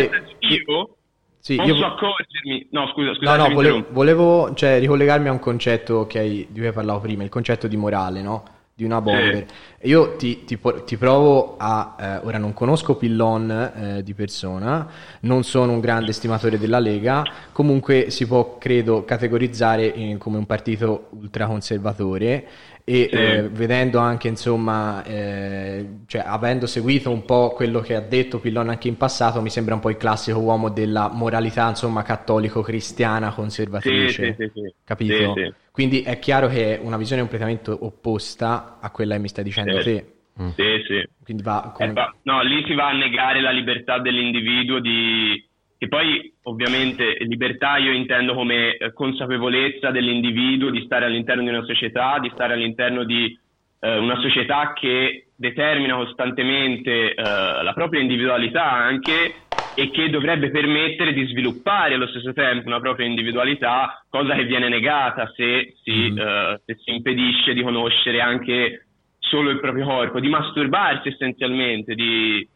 posso accorgermi. No, scusa. Volevo ricollegarmi a un concetto di cui parlavo prima, il concetto di morale, no? Di una bomber. Io ti provo a ora non conosco Pillon di persona, non sono un grande estimatore della Lega, comunque si può, credo, categorizzare come un partito ultraconservatore, e vedendo anche, insomma, avendo seguito un po' quello che ha detto Pillon anche in passato, mi sembra un po' il classico uomo della moralità, insomma, cattolico-cristiana conservatrice, capito? Sì. Quindi è chiaro che è una visione completamente opposta a quella che mi stai dicendo te. Sì. Quindi lì si va a negare la libertà dell'individuo che poi, ovviamente, libertà io intendo come consapevolezza dell'individuo di stare all'interno di una società, di stare all'interno di una società che determina costantemente la propria individualità anche, e che dovrebbe permettere di sviluppare allo stesso tempo una propria individualità, cosa che viene negata se si impedisce di conoscere anche solo il proprio corpo, di masturbarsi essenzialmente, di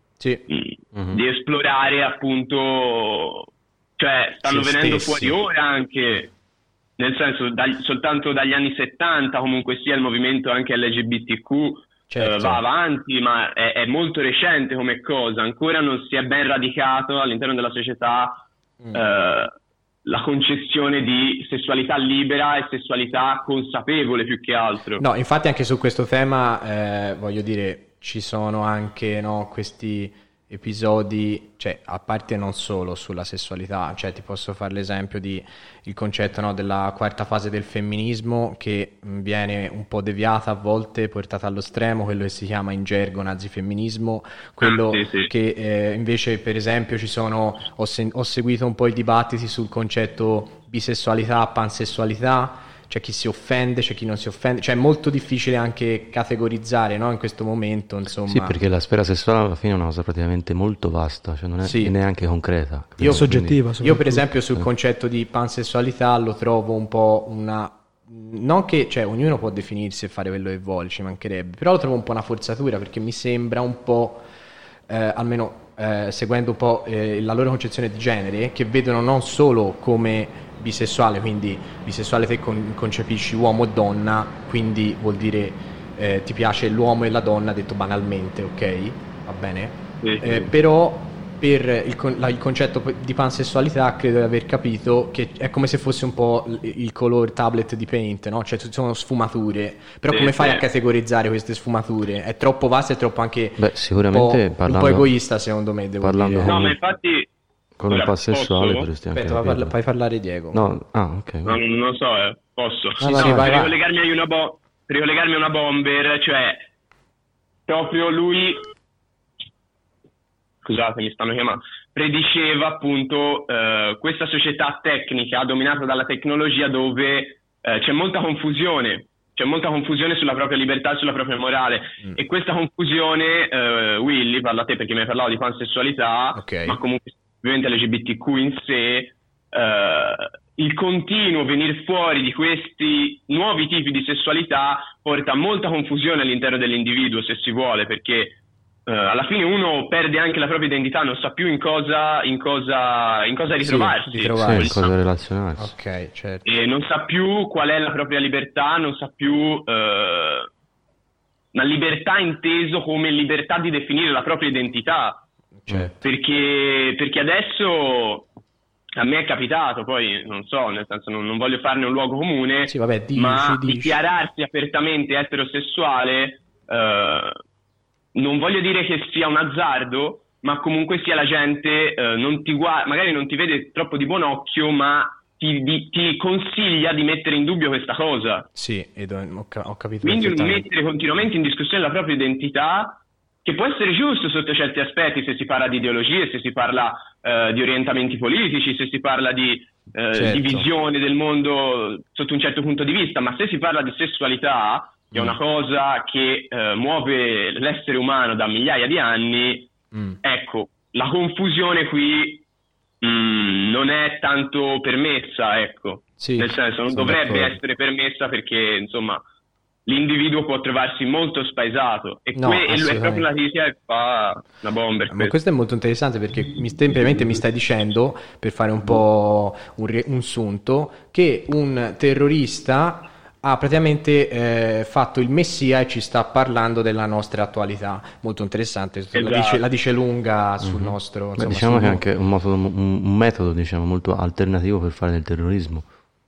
esplorare, appunto, cioè stanno venendo fuori ora anche, nel senso, soltanto dagli anni 70 comunque sia il movimento anche LGBTQ va avanti, ma è molto recente come cosa, ancora non si è ben radicato all'interno della società la concezione di sessualità libera e sessualità consapevole, più che altro. No, infatti anche su questo tema voglio dire, ci sono anche questi episodi, a parte non solo sulla sessualità, ti posso fare l'esempio di il concetto della quarta fase del femminismo, che viene un po' deviata a volte, portata allo stremo, quello che si chiama in gergo nazifemminismo, quello che invece, per esempio, ho seguito un po' i dibattiti sul concetto bisessualità, pansessualità, c'è chi si offende, c'è chi non si offende, cioè è molto difficile anche categorizzare, no? In questo momento, insomma. Sì, perché la sfera sessuale alla fine è una cosa praticamente molto vasta, cioè non è neanche concreta. Io soggettiva. Io per esempio sul concetto di pansessualità lo trovo un po' una... Non che, cioè, ognuno può definirsi e fare quello che vuole, ci mancherebbe, però lo trovo un po' una forzatura, perché mi sembra un po', almeno seguendo un po' la loro concezione di genere, che vedono non solo come bisessuale, quindi bisessuale te concepisci uomo e donna, quindi vuol dire ti piace l'uomo e la donna, detto banalmente, ok? Va bene? Però per il concetto di pansessualità credo di aver capito che è come se fosse un po' il color tablet di Paint, no? Cioè ci sono sfumature, però come fai a categorizzare queste sfumature? È troppo vasto e troppo anche sicuramente un po' egoista, secondo me, devo dire. No, ma infatti con il pansessuale potresti anche fai parlare Diego. No, ok. No, non so, posso. Vai. Per ricollegarmi a una bomber, cioè proprio lui, scusate, mi stanno chiamando, prediceva appunto questa società tecnica dominata dalla tecnologia dove c'è molta confusione sulla propria libertà e sulla propria morale, e questa confusione, Willy, parla a te perché mi hai parlato di pansessualità, okay, ma comunque ovviamente LGBTQ in sé, il continuo venir fuori di questi nuovi tipi di sessualità porta molta confusione all'interno dell'individuo, se si vuole, perché alla fine uno perde anche la propria identità, non sa più in cosa ritrovarsi. In cosa relazionarsi. Ok, certo. E non sa più qual è la propria libertà, non sa più la libertà inteso come libertà di definire la propria identità. Certo. Perché adesso a me è capitato, poi non so, nel senso non voglio farne un luogo comune, sì, vabbè, ma dichiararsi apertamente eterosessuale, non voglio dire che sia un azzardo, ma comunque sia la gente non ti magari non ti vede troppo di buon occhio, ma ti consiglia di mettere in dubbio questa cosa. Sì, ho capito. Quindi mettere continuamente in discussione la propria identità, che può essere giusto sotto certi aspetti, se si parla di ideologie, se si parla di orientamenti politici, se si parla di visione del mondo sotto un certo punto di vista, ma se si parla di sessualità, che è una cosa che muove l'essere umano da migliaia di anni, ecco, la confusione qui non è tanto permessa, ecco, sì, nel senso non dovrebbe essere permessa, perché insomma l'individuo può trovarsi molto spaesato, e è proprio la crisi che fa una bomber. Ma questo è molto interessante, perché semplicemente mi stai dicendo, per fare un po' un sunto, che un terrorista ha praticamente fatto il messia e ci sta parlando della nostra attualità. Molto interessante, esatto. La dice lunga sul nostro... Insomma, diciamo che è anche un metodo diciamo molto alternativo per fare del terrorismo.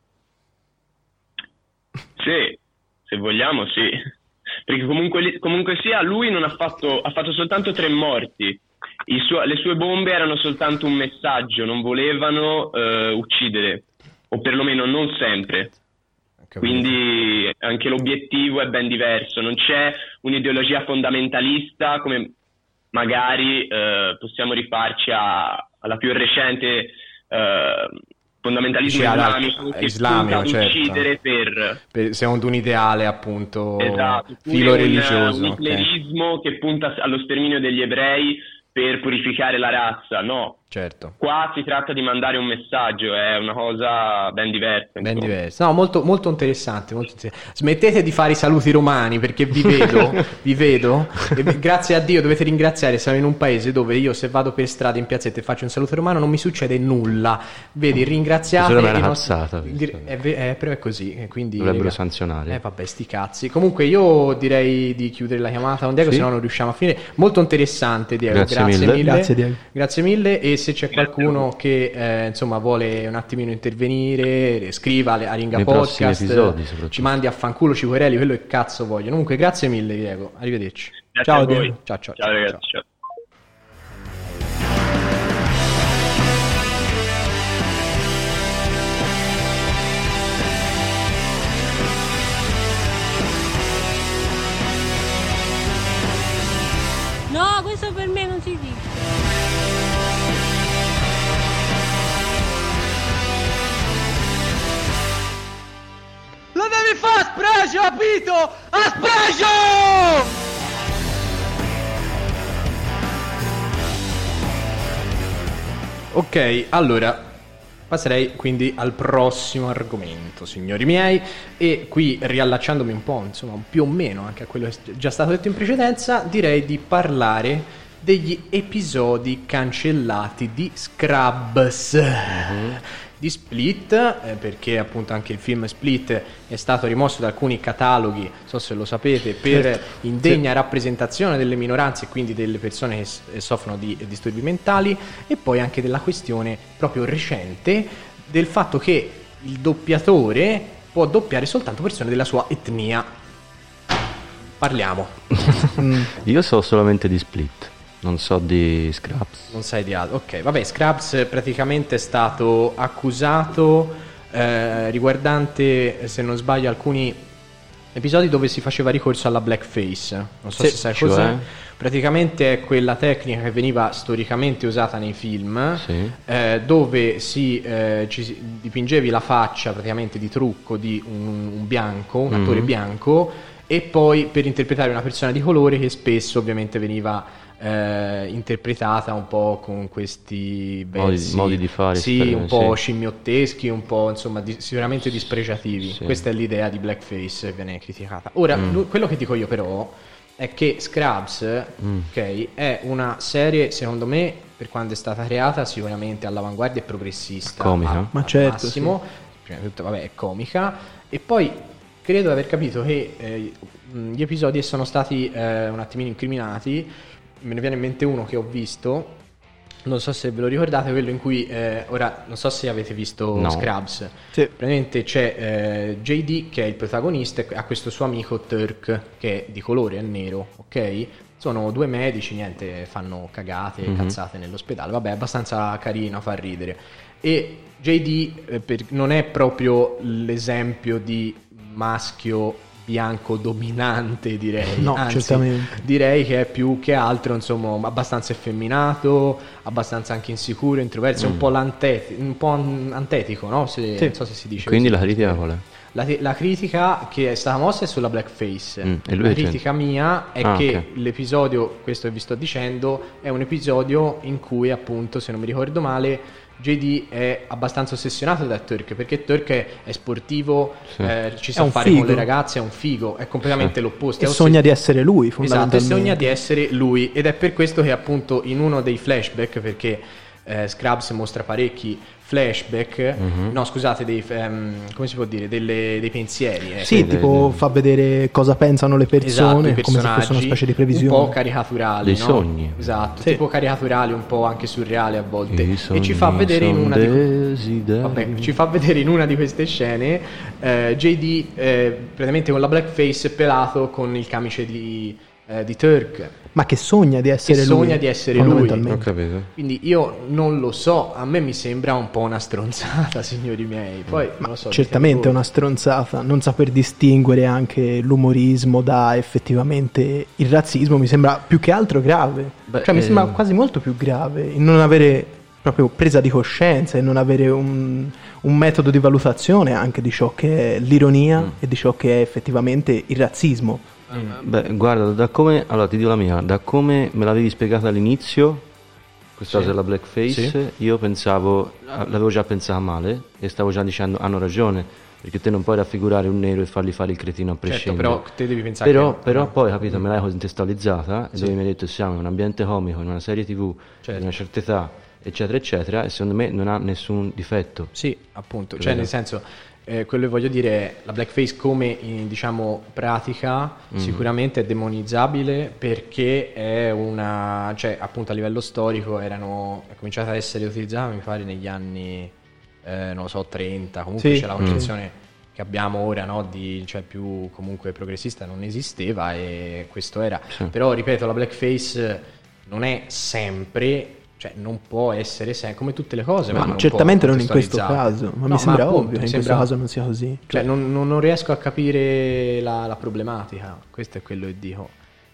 Sì, se vogliamo sì, perché comunque sia, lui non ha fatto soltanto 3 morti, le sue bombe erano soltanto un messaggio, non volevano uccidere, o perlomeno non sempre. Quindi anche l'obiettivo è ben diverso, non c'è un'ideologia fondamentalista come magari possiamo rifarci alla più recente fondamentalismo islamico, che punta ad uccidere per secondo un ideale appunto, esatto, filo religioso, un hitlerismo che punta allo sterminio degli ebrei per purificare la razza, no. Certo. Qua si tratta di mandare un messaggio, è una cosa ben diversa. Ben diversa. No, molto, molto interessante, molto interessante. Smettete di fare i saluti romani, perché vi vedo, e grazie a Dio dovete ringraziare, siamo in un paese dove io se vado per strada in piazzetta e faccio un saluto romano non mi succede nulla. Vedi, ringraziate. È una cazzata. Però è così, quindi dovrebbero sanzionare. Vabbè, sti cazzi. Comunque io direi di chiudere la chiamata con Diego, se no non riusciamo a finire. Molto interessante, Diego. Grazie mille. Grazie, Diego. Grazie mille, e se c'è qualcuno che insomma vuole un attimino intervenire, scriva a Ringa nei Podcast, episodi, ci mandi a fanculo, ci quereli, quello che cazzo voglio. Comunque grazie mille Diego, arrivederci. Grazie ciao Diego. Ciao ragazzi, ciao. No, questo per me non si dice. Aspracio, capito? Aspracio! Ok, allora passerei quindi al prossimo argomento, signori miei, e qui riallacciandomi un po', insomma, più o meno anche a quello che è già stato detto in precedenza, direi di parlare degli episodi cancellati di Scrubs. Di Split, perché appunto anche il film Split è stato rimosso da alcuni cataloghi, non so se lo sapete, per indegna rappresentazione delle minoranze e quindi delle persone che soffrono di disturbi mentali, e poi anche della questione proprio recente del fatto che il doppiatore può doppiare soltanto persone della sua etnia. Parliamo. Io so solamente di Split, non so di Scrubs. Non sai di altro. Ok, vabbè, Scrubs praticamente è stato accusato riguardante, se non sbaglio, alcuni episodi dove si faceva ricorso alla blackface. Non so se sai cos'è. Praticamente è quella tecnica che veniva storicamente usata nei film, dove ci dipingevi la faccia praticamente di trucco di un bianco, un attore bianco, e poi per interpretare una persona di colore che spesso ovviamente veniva interpretata un po' con questi modi di fare, un po' scimmiotteschi, un po' insomma sicuramente dispregiativi. Questa è l'idea di blackface che viene criticata. Ora, quello che dico io però è che Scrubs ok, è una serie, secondo me, per quando è stata creata, sicuramente all'avanguardia e progressista, comica, ma certo, massimo. Prima di tutto, vabbè, è comica, e poi credo di aver capito che gli episodi sono stati un attimino incriminati. Me ne viene in mente uno che ho visto, non so se ve lo ricordate, quello in cui ora non so se avete visto Scrubs. Praticamente c'è JD che è il protagonista, ha questo suo amico Turk che è di colore, è nero, ok? Sono due medici, niente, fanno cagate, cazzate nell'ospedale, vabbè, abbastanza carino, fa ridere. E JD non è proprio l'esempio di maschio bianco dominante, direi. No, anzi, certamente. Direi che è più che altro, insomma, abbastanza effeminato, abbastanza anche insicuro, introverso, un po' antetico, no? Non so se si dice. Quindi così. la critica qual è? La critica che è stata mossa è sulla blackface. E lui la critica mia è che ok. l'episodio, questo che vi sto dicendo, è un episodio in cui, appunto, se non mi ricordo male, JD è abbastanza ossessionato da Turk, perché Turk è sportivo, ci sa fare con le ragazze, è un figo, è completamente l'opposto. E sogna di essere lui, esatto, fondamentalmente. e sogna di essere lui, ed è per questo che appunto in uno dei flashback, perché Scrubs mostra parecchi flashback, no scusate, come si può dire, dei pensieri. Sì, tipo fa vedere cosa pensano le persone, esatto, come se fosse una specie di previsione. Un po' caricaturali, dei no? sogni. Esatto, tipo caricaturali, un po' anche surreali a volte. E ci fa vedere in una ci fa vedere in una di queste scene JD praticamente con la blackface pelato con il camice di Turk. Ma che sogna di essere lui. Sogna di essere lui. Ho capito. Quindi io non lo so, a me mi sembra un po' una stronzata, signori miei. Poi non lo so. Certamente è una stronzata. Non saper distinguere anche l'umorismo da effettivamente il razzismo mi sembra più che altro grave. Cioè mi sembra quasi molto più grave il non avere proprio presa di coscienza e non avere un metodo di valutazione anche di ciò che è l'ironia e di ciò che è effettivamente il razzismo. Beh, guarda, allora ti dico la mia, da come me l'avevi spiegata all'inizio, questa cosa della blackface, io pensavo, l'avevo già pensata male e stavo già dicendo hanno ragione, perché te non puoi raffigurare un nero e fargli fare il cretino a prescindere. Certo, però te devi pensare però poi, capito, me l'hai contestualizzata e dove mi hai detto siamo in un ambiente comico, in una serie TV di una certa età, eccetera eccetera, e secondo me non ha nessun difetto. Sì, appunto, cioè nel senso quello che voglio dire è la blackface come diciamo pratica sicuramente è demonizzabile, perché è una, cioè appunto a livello storico è cominciata ad essere utilizzata mi pare negli anni non lo so 30, comunque c'è la concezione che abbiamo ora, no, cioè più comunque progressista non esisteva e questo era, però ripeto, la blackface non è sempre, cioè non può essere come tutte le cose, ma certamente non in questo caso, ma mi sembra ovvio che in questo caso non sia così. Cioè non riesco a capire la problematica, questo è quello che dico,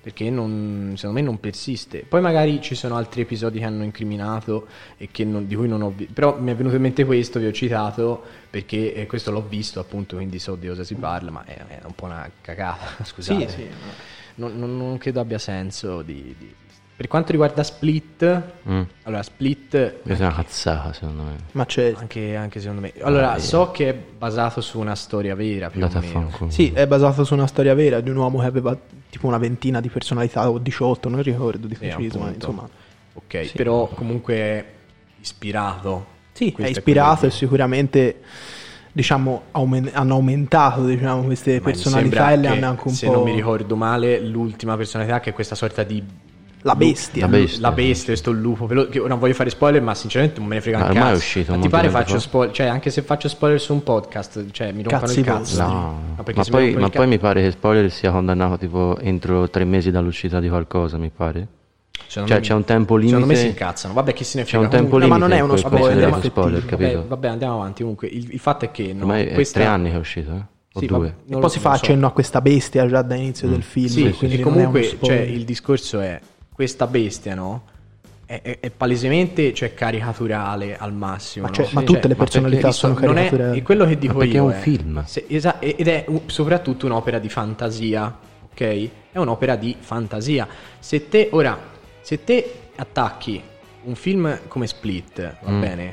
perché secondo me non persiste. Poi magari ci sono altri episodi che hanno incriminato e di cui non ho visto, però mi è venuto in mente questo, vi ho citato perché questo l'ho visto appunto, quindi so di cosa si parla, ma è un po' una cagata, scusate. Sì. Non credo abbia senso Per quanto riguarda Split, allora Split è una cazzata secondo me. Ma c'è... Anche secondo me. Allora, so che è basato su una storia vera, più o meno. Sì, è basato su una storia vera di un uomo che aveva tipo una ventina di personalità o 18, non ricordo di preciso, ma insomma. Ok, sì. però comunque è ispirato. Sì, è ispirato e sicuramente diciamo hanno aumentato queste personalità e le hanno anche un se po'... non mi ricordo male, l'ultima personalità che è questa sorta di La bestia, questo lupo che ora non voglio fare spoiler, ma sinceramente non me ne frega un cazzo. Ormai è uscito. Ma ti pare faccio spoiler? Cioè, anche se faccio spoiler su un podcast, cioè mi rompano il cazzo. No. Ma poi mi pare che spoiler sia condannato tipo entro 3 mesi dall'uscita di qualcosa, mi pare. Cioè c'è un tempo limite. Secondo me si incazzano. Vabbè, che se ne frega. C'è un tempo limite. Ma non è uno spoiler, capito? Vabbè, andiamo avanti. Comunque, il fatto è che ormai è 3 anni che è uscito, O 2. E poi si fa accenno a questa bestia già da inizio del film. Sì, quindi comunque il discorso è questa bestia, no? È palesemente caricaturale al massimo. Ma tutte le personalità sono caricaturali. È quello che dico perché io. È un film. Ed è soprattutto un'opera di fantasia, ok? È un'opera di fantasia. Se te attacchi un film come Split, va bene,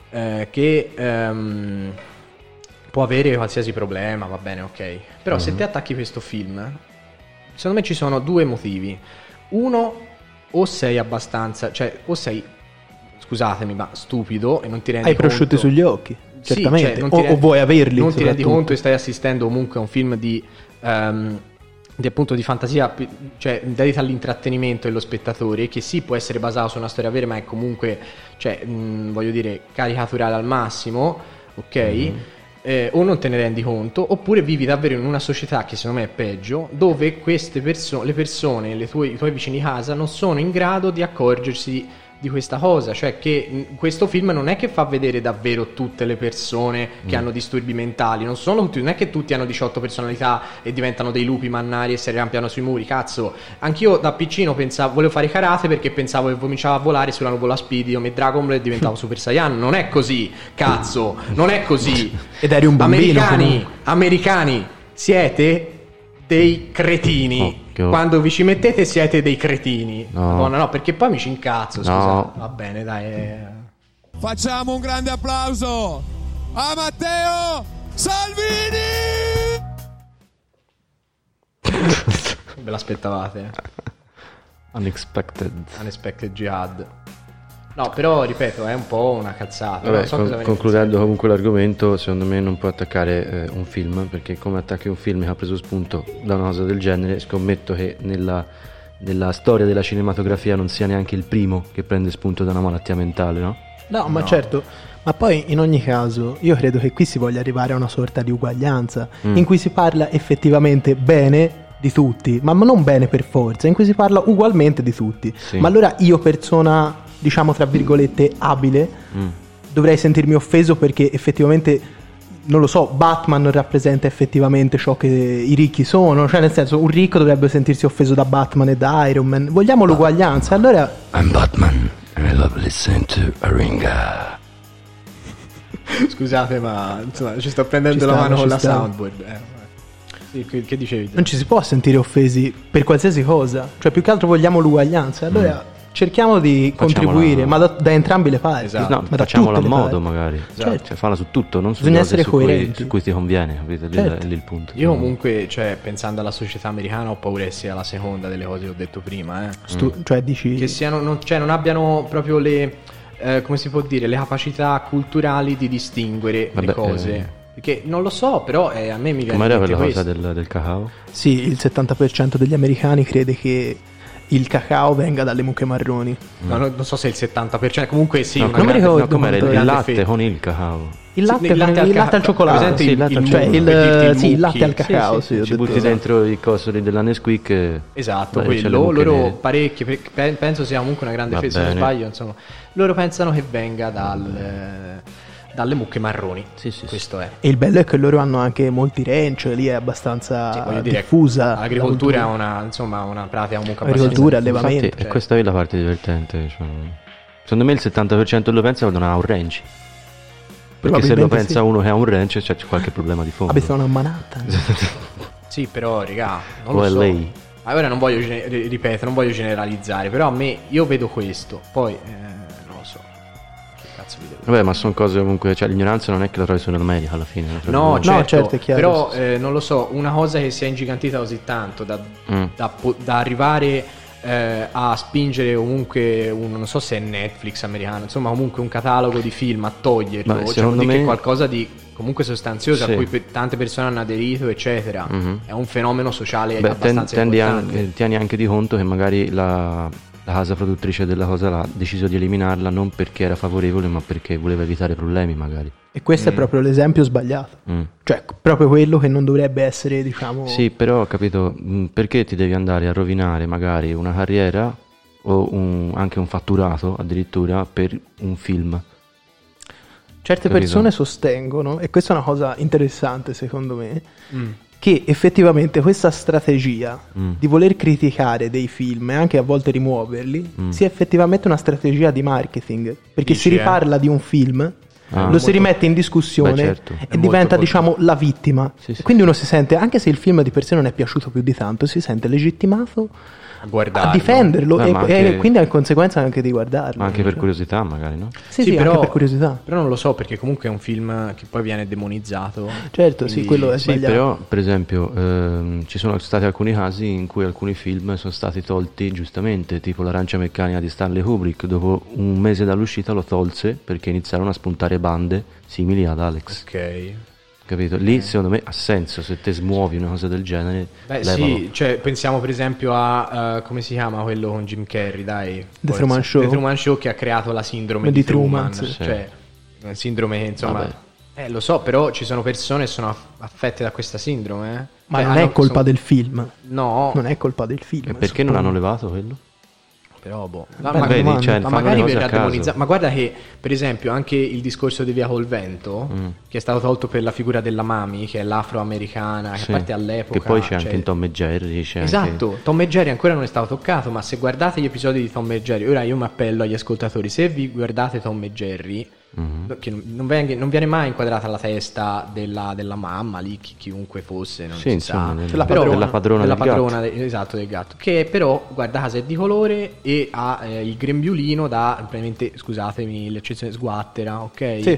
che può avere qualsiasi problema, va bene, ok. Però se te attacchi questo film, secondo me ci sono 2 motivi. Uno, o sei abbastanza, cioè o sei, scusatemi, ma stupido e non ti rendi conto. Hai prosciutti sugli occhi, certamente, cioè, o vuoi averli. Non ti rendi conto e stai assistendo comunque a un film di appunto di fantasia, cioè dedita all'intrattenimento dello spettatore, che sì può essere basato su una storia vera, ma è comunque, cioè voglio dire, caricaturale al massimo, ok? O non te ne rendi conto, oppure vivi davvero in una società che secondo me è peggio, dove queste le persone, i tuoi vicini di casa non sono in grado di accorgersi di questa cosa, cioè che questo film non è che fa vedere davvero tutte le persone che hanno disturbi mentali, non è che tutti hanno 18 personalità e diventano dei lupi mannari e si arrampiano sui muri, cazzo. Anch'io da piccino volevo fare karate perché pensavo che cominciavo a volare sulla nuvola Speedy e Dragon Ball e diventavo Super Saiyan. Non è così, cazzo, non è così. Ed eri un bambino. Americani, siete dei cretini. Quando vi ci mettete siete dei cretini. Madonna, no, perché poi mi ci incazzo, scusa. No. Va bene, dai. Facciamo un grande applauso a Matteo Salvini. Ve l'aspettavate? Unexpected Jihad. No, però ripeto, è un po' una cazzata. Vabbè, concludendo comunque l'argomento, secondo me non puoi attaccare un film, perché come attacchi un film che ha preso spunto da una cosa del genere, scommetto che nella storia della cinematografia non sia neanche il primo che prende spunto da una malattia mentale, no? No, ma certo. Ma poi in ogni caso io credo che qui si voglia arrivare a una sorta di uguaglianza in cui si parla effettivamente bene di tutti, ma non bene per forza, in cui si parla ugualmente di tutti. Sì. Ma allora io, persona diciamo tra virgolette abile, dovrei sentirmi offeso perché effettivamente, non lo so, Batman rappresenta effettivamente ciò che i ricchi sono, cioè nel senso un ricco dovrebbe sentirsi offeso da Batman e da Iron Man. Vogliamo l'uguaglianza, allora I'm Batman and I love listening to Aringa. Scusate, ma insomma ci sto prendendo la mano con la soundboard. Che dicevi? Non ci si può sentire offesi per qualsiasi cosa, cioè più che altro vogliamo l'uguaglianza, allora cerchiamo di contribuire, ma da entrambe le parti. Esatto. No, facciamola a modo, parti. magari. Certo. Cioè, falla su tutto, non su Bisogna cose essere coerenti. su cui ti conviene, capito? Certo. Lì è il punto. Io comunque, cioè, pensando alla società americana, ho paura che sia la seconda delle cose che ho detto prima, Cioè dici che siano, non abbiano proprio le come si può dire, le capacità culturali di distinguere le cose. Perché non lo so, però a me mi viene come era quella questo. cosa del cacao? Sì, il 70% degli americani crede che il cacao venga dalle mucche marroni. No, non so se il 70%, comunque sì. No, non mi ricordo com'era quanto il era latte con il cacao. Il latte al cioccolato. Sì, il latte al cacao. Sì, ci butti dentro i cosoli della Nesquik. Esatto, quello loro parecchi, penso sia comunque una grande fede, se non sbaglio, insomma. Loro pensano che venga dalle mucche marroni. Sì, Questo è. E il bello è che loro hanno anche molti ranch, lì è abbastanza diffusa. L'agricoltura è una pratica comunque agricoltura, allevamento. Infatti, questa è la parte divertente. Cioè, secondo me il 70% lo pensa quando non ha un ranch. Perché se lo pensa uno che ha un ranch c'è qualche problema di fondo. Abitano a Manhattan. Sì, però, raga, non lo so. lei. Ora non voglio, ripeto, non voglio generalizzare, però io vedo questo, poi non lo so. Che cazzo vi devo dire? Vabbè, ma sono cose comunque, cioè l'ignoranza non è che la trovi solo in America alla fine. No, certo, è chiaro. però non lo so, una cosa che si è ingigantita così tanto da arrivare a spingere comunque non so se è Netflix americano, insomma comunque un catalogo di film a toglierlo, cioè vuol dire che è qualcosa di comunque sostanzioso, a cui tante persone hanno aderito, eccetera. È un fenomeno sociale abbastanza importante. Tieni anche di conto che magari la casa produttrice della cosa ha deciso di eliminarla non perché era favorevole, ma perché voleva evitare problemi magari. E questo è proprio l'esempio sbagliato. Cioè, proprio quello che non dovrebbe essere, diciamo... Sì, però ho capito, perché ti devi andare a rovinare magari una carriera o anche un fatturato addirittura per un film? Certe persone sostengono, e questa è una cosa interessante secondo me, che effettivamente questa strategia di voler criticare dei film e anche a volte rimuoverli sia effettivamente una strategia di marketing, perché si riparla di un film, lo si rimette in discussione e diventa diciamo la vittima. Sì. Quindi uno si sente, anche se il film di per sé non è piaciuto più di tanto, si sente legittimato a difenderlo e quindi in conseguenza anche di guardarlo. Ma anche per curiosità magari, no? Sì, però, anche per curiosità. Però non lo so, perché comunque è un film che poi viene demonizzato. Certo, quindi... sì, quello è sbagliato. Sì, però per esempio ci sono stati alcuni casi in cui alcuni film sono stati tolti giustamente, tipo L'arancia meccanica di Stanley Kubrick, dopo un mese dall'uscita lo tolse perché iniziarono a spuntare bande simili ad Alex. Ok. Capito? Lì secondo me ha senso, se te smuovi una cosa del genere. Beh sì, cioè pensiamo per esempio a come si chiama quello con Jim Carrey, dai, The Truman Show. The Truman Show, che ha creato la sindrome di Truman, cioè una sindrome che insomma lo so, però ci sono persone che sono affette da questa sindrome, ma non è colpa del film. No, non è colpa del film. E perché non hanno levato quello? Però ma magari verrà demonizzato. Ma guarda che per esempio anche il discorso di Via col Vento, che è stato tolto per la figura della Mami, che è l'afroamericana, che parte all'epoca, che poi c'è anche in Tom e Jerry, esatto, anche... Tom e Jerry ancora non è stato toccato, ma se guardate gli episodi di Tom e Jerry, ora io mi appello agli ascoltatori, se vi guardate Tom e Jerry, che non viene mai inquadrata la testa della mamma lì, chiunque fosse, non si sa, della padrona esatto, del gatto, che però guarda caso è di colore e ha il grembiulino da, probabilmente, scusatemi l'eccezione, sguattera, ok? Sì,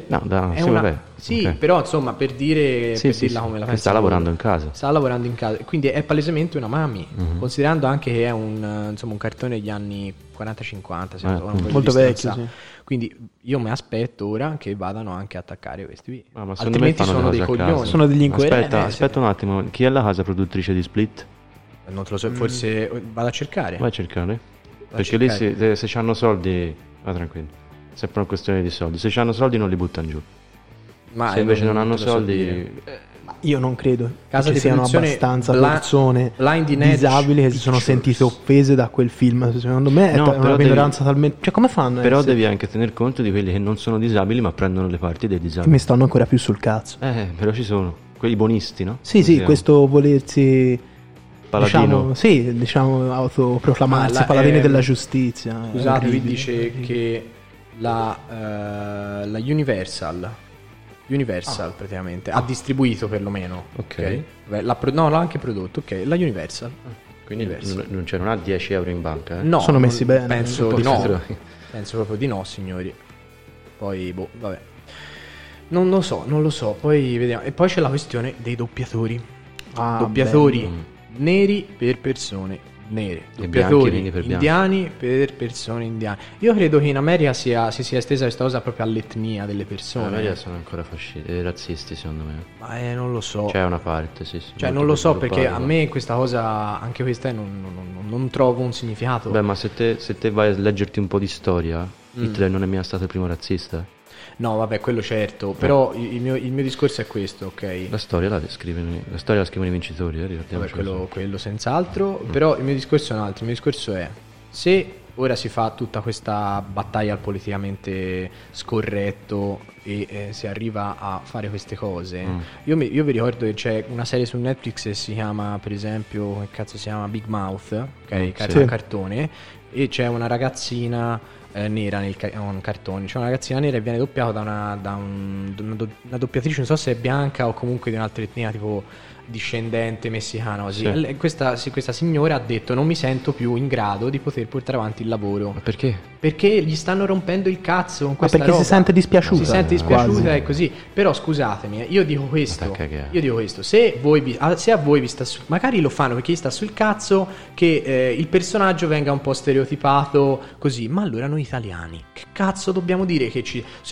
okay. Però insomma per dirla come la penso, sta lavorando in casa, quindi è palesemente una mami, considerando anche che è un cartone degli anni 40-50, molto vecchio, sì. Quindi io mi aspetto ora che vadano anche a attaccare questi video. Ma altrimenti sono dei coglioni, sono degli incoerenti. Aspetta un attimo, chi è la casa produttrice di Split? Non te lo so, forse vado a cercare. Vai a cercare, perché lì se hanno soldi, va tranquillo, è sempre una questione di soldi, se hanno soldi non li buttano giù, ma se invece non hanno soldi... Io non credo che ci siano abbastanza persone disabili che si sono sentite offese da quel film. Secondo me è una minoranza talmente... Cioè, come fanno? Però devi anche tener conto di quelli che non sono disabili ma prendono le parti dei disabili. Mi stanno ancora più sul cazzo. Però ci sono quelli buonisti, no? Sì, questo volersi... Paladino. Diciamo autoproclamarsi paladini della giustizia. Scusate, lui dice che la Universal praticamente ha distribuito perlomeno, ok? L'ha anche prodotto, ok? La Universal, quindi non ha 10 euro in banca, No, sono messi bene. Penso di no. Penso proprio di no, signori. Poi vabbè, non lo so, poi vediamo. E poi c'è la questione dei doppiatori. Doppiatori neri per persone nere, doppiatori indiani per persone indiane. Io credo che in America si sia estesa questa cosa proprio all'etnia delle persone. In America sono ancora fascisti, razzisti secondo me. Ma non lo so. C'è una parte, sì. Cioè non lo so, perché a me questa cosa, anche questa, non trovo un significato. Beh, ma se te vai a leggerti un po' di storia, Hitler non è mai stato il primo razzista? No, vabbè, quello certo, però il mio discorso è questo, ok? La storia la scrivono i vincitori, ricordiamoci. Vabbè, quello senz'altro, però il mio discorso è un altro. Il mio discorso è: se ora si fa tutta questa battaglia al politicamente scorretto e si arriva a fare queste cose. Io vi ricordo che c'è una serie su Netflix che si chiama, per esempio, che cazzo si chiama, Big Mouth, ok, cartone, e c'è una ragazzina nera un cartone, c'è una ragazzina nera e viene doppiata da una doppiatrice, non so se è bianca o comunque di un'altra etnia, tipo discendente messicana così. Sì. Questa signora ha detto: non mi sento più in grado di poter portare avanti il lavoro. Ma perché? Perché gli stanno rompendo il cazzo con questa perché roba. si sente dispiaciuta. Si sente dispiaciuta e così. Però scusatemi, io dico questo, se a voi vi sta magari lo fanno perché gli sta sul cazzo che il personaggio venga un po' stereotipato così, ma allora noi italiani che cazzo dobbiamo dire che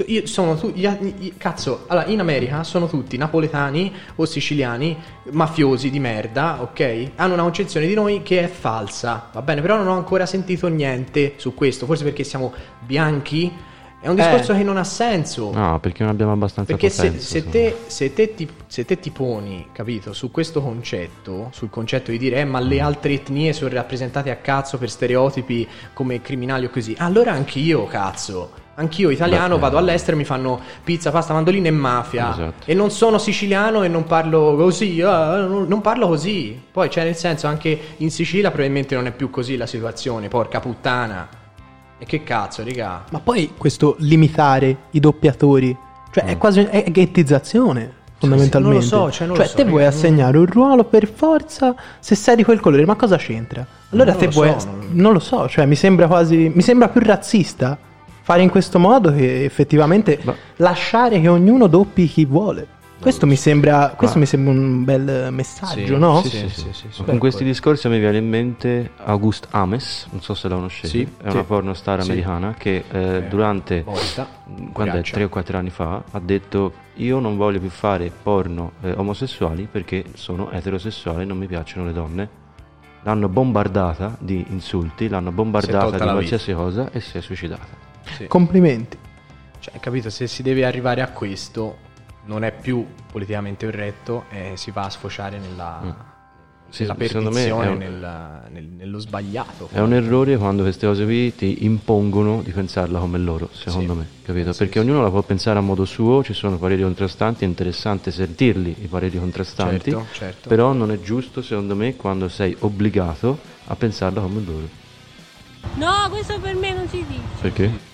cazzo, allora in America sono tutti napoletani o siciliani mafiosi di merda, ok? Hanno una concezione di noi che è falsa, va bene? Però non ho ancora sentito niente su questo, forse perché siamo bianchi. È un discorso che non ha senso. No, perché non abbiamo abbastanza perché potenza, se te ti poni, capito, su questo concetto, sul concetto di dire ma le altre etnie sono rappresentate a cazzo per stereotipi come criminali o così, allora anch'io, cazzo, anch'io italiano vado all'estero e mi fanno pizza, pasta, mandolina e mafia. Esatto. E non sono siciliano e non parlo così, non parlo così. Poi cioè nel senso anche in Sicilia probabilmente non è più così la situazione, porca puttana. E che cazzo, raga? Ma poi questo limitare i doppiatori, cioè è quasi è ghettizzazione fondamentalmente. Non lo so, te vuoi assegnare un ruolo per forza se sei di quel colore, ma cosa c'entra? Allora non lo so, cioè mi sembra più razzista fare in questo modo che effettivamente lasciare che ognuno doppi chi vuole. Questo mi sembra un bel messaggio, no? Sì. Con questi discorsi mi viene in mente Auguste Ames, non so se la conoscete, è una pornostar americana che durante, quando è 3 o 4 anni fa, ha detto: io non voglio più fare porno omosessuali perché sono eterosessuale e non mi piacciono le donne. L'hanno bombardata di insulti, l'hanno bombardata di qualsiasi cosa e si è suicidata. Sì. Complimenti. Cioè, capito, se si deve arrivare a questo non è più politicamente corretto e si va a sfociare nella perdizione, nello sbagliato. È un errore quando queste cose qui ti impongono di pensarla come loro, secondo me, capito? Perché ognuno la può pensare a modo suo, ci sono pareri contrastanti, è interessante sentirli i pareri contrastanti, certo. Però non è giusto, secondo me, quando sei obbligato a pensarla come loro. No, questo per me non si dice. Perché?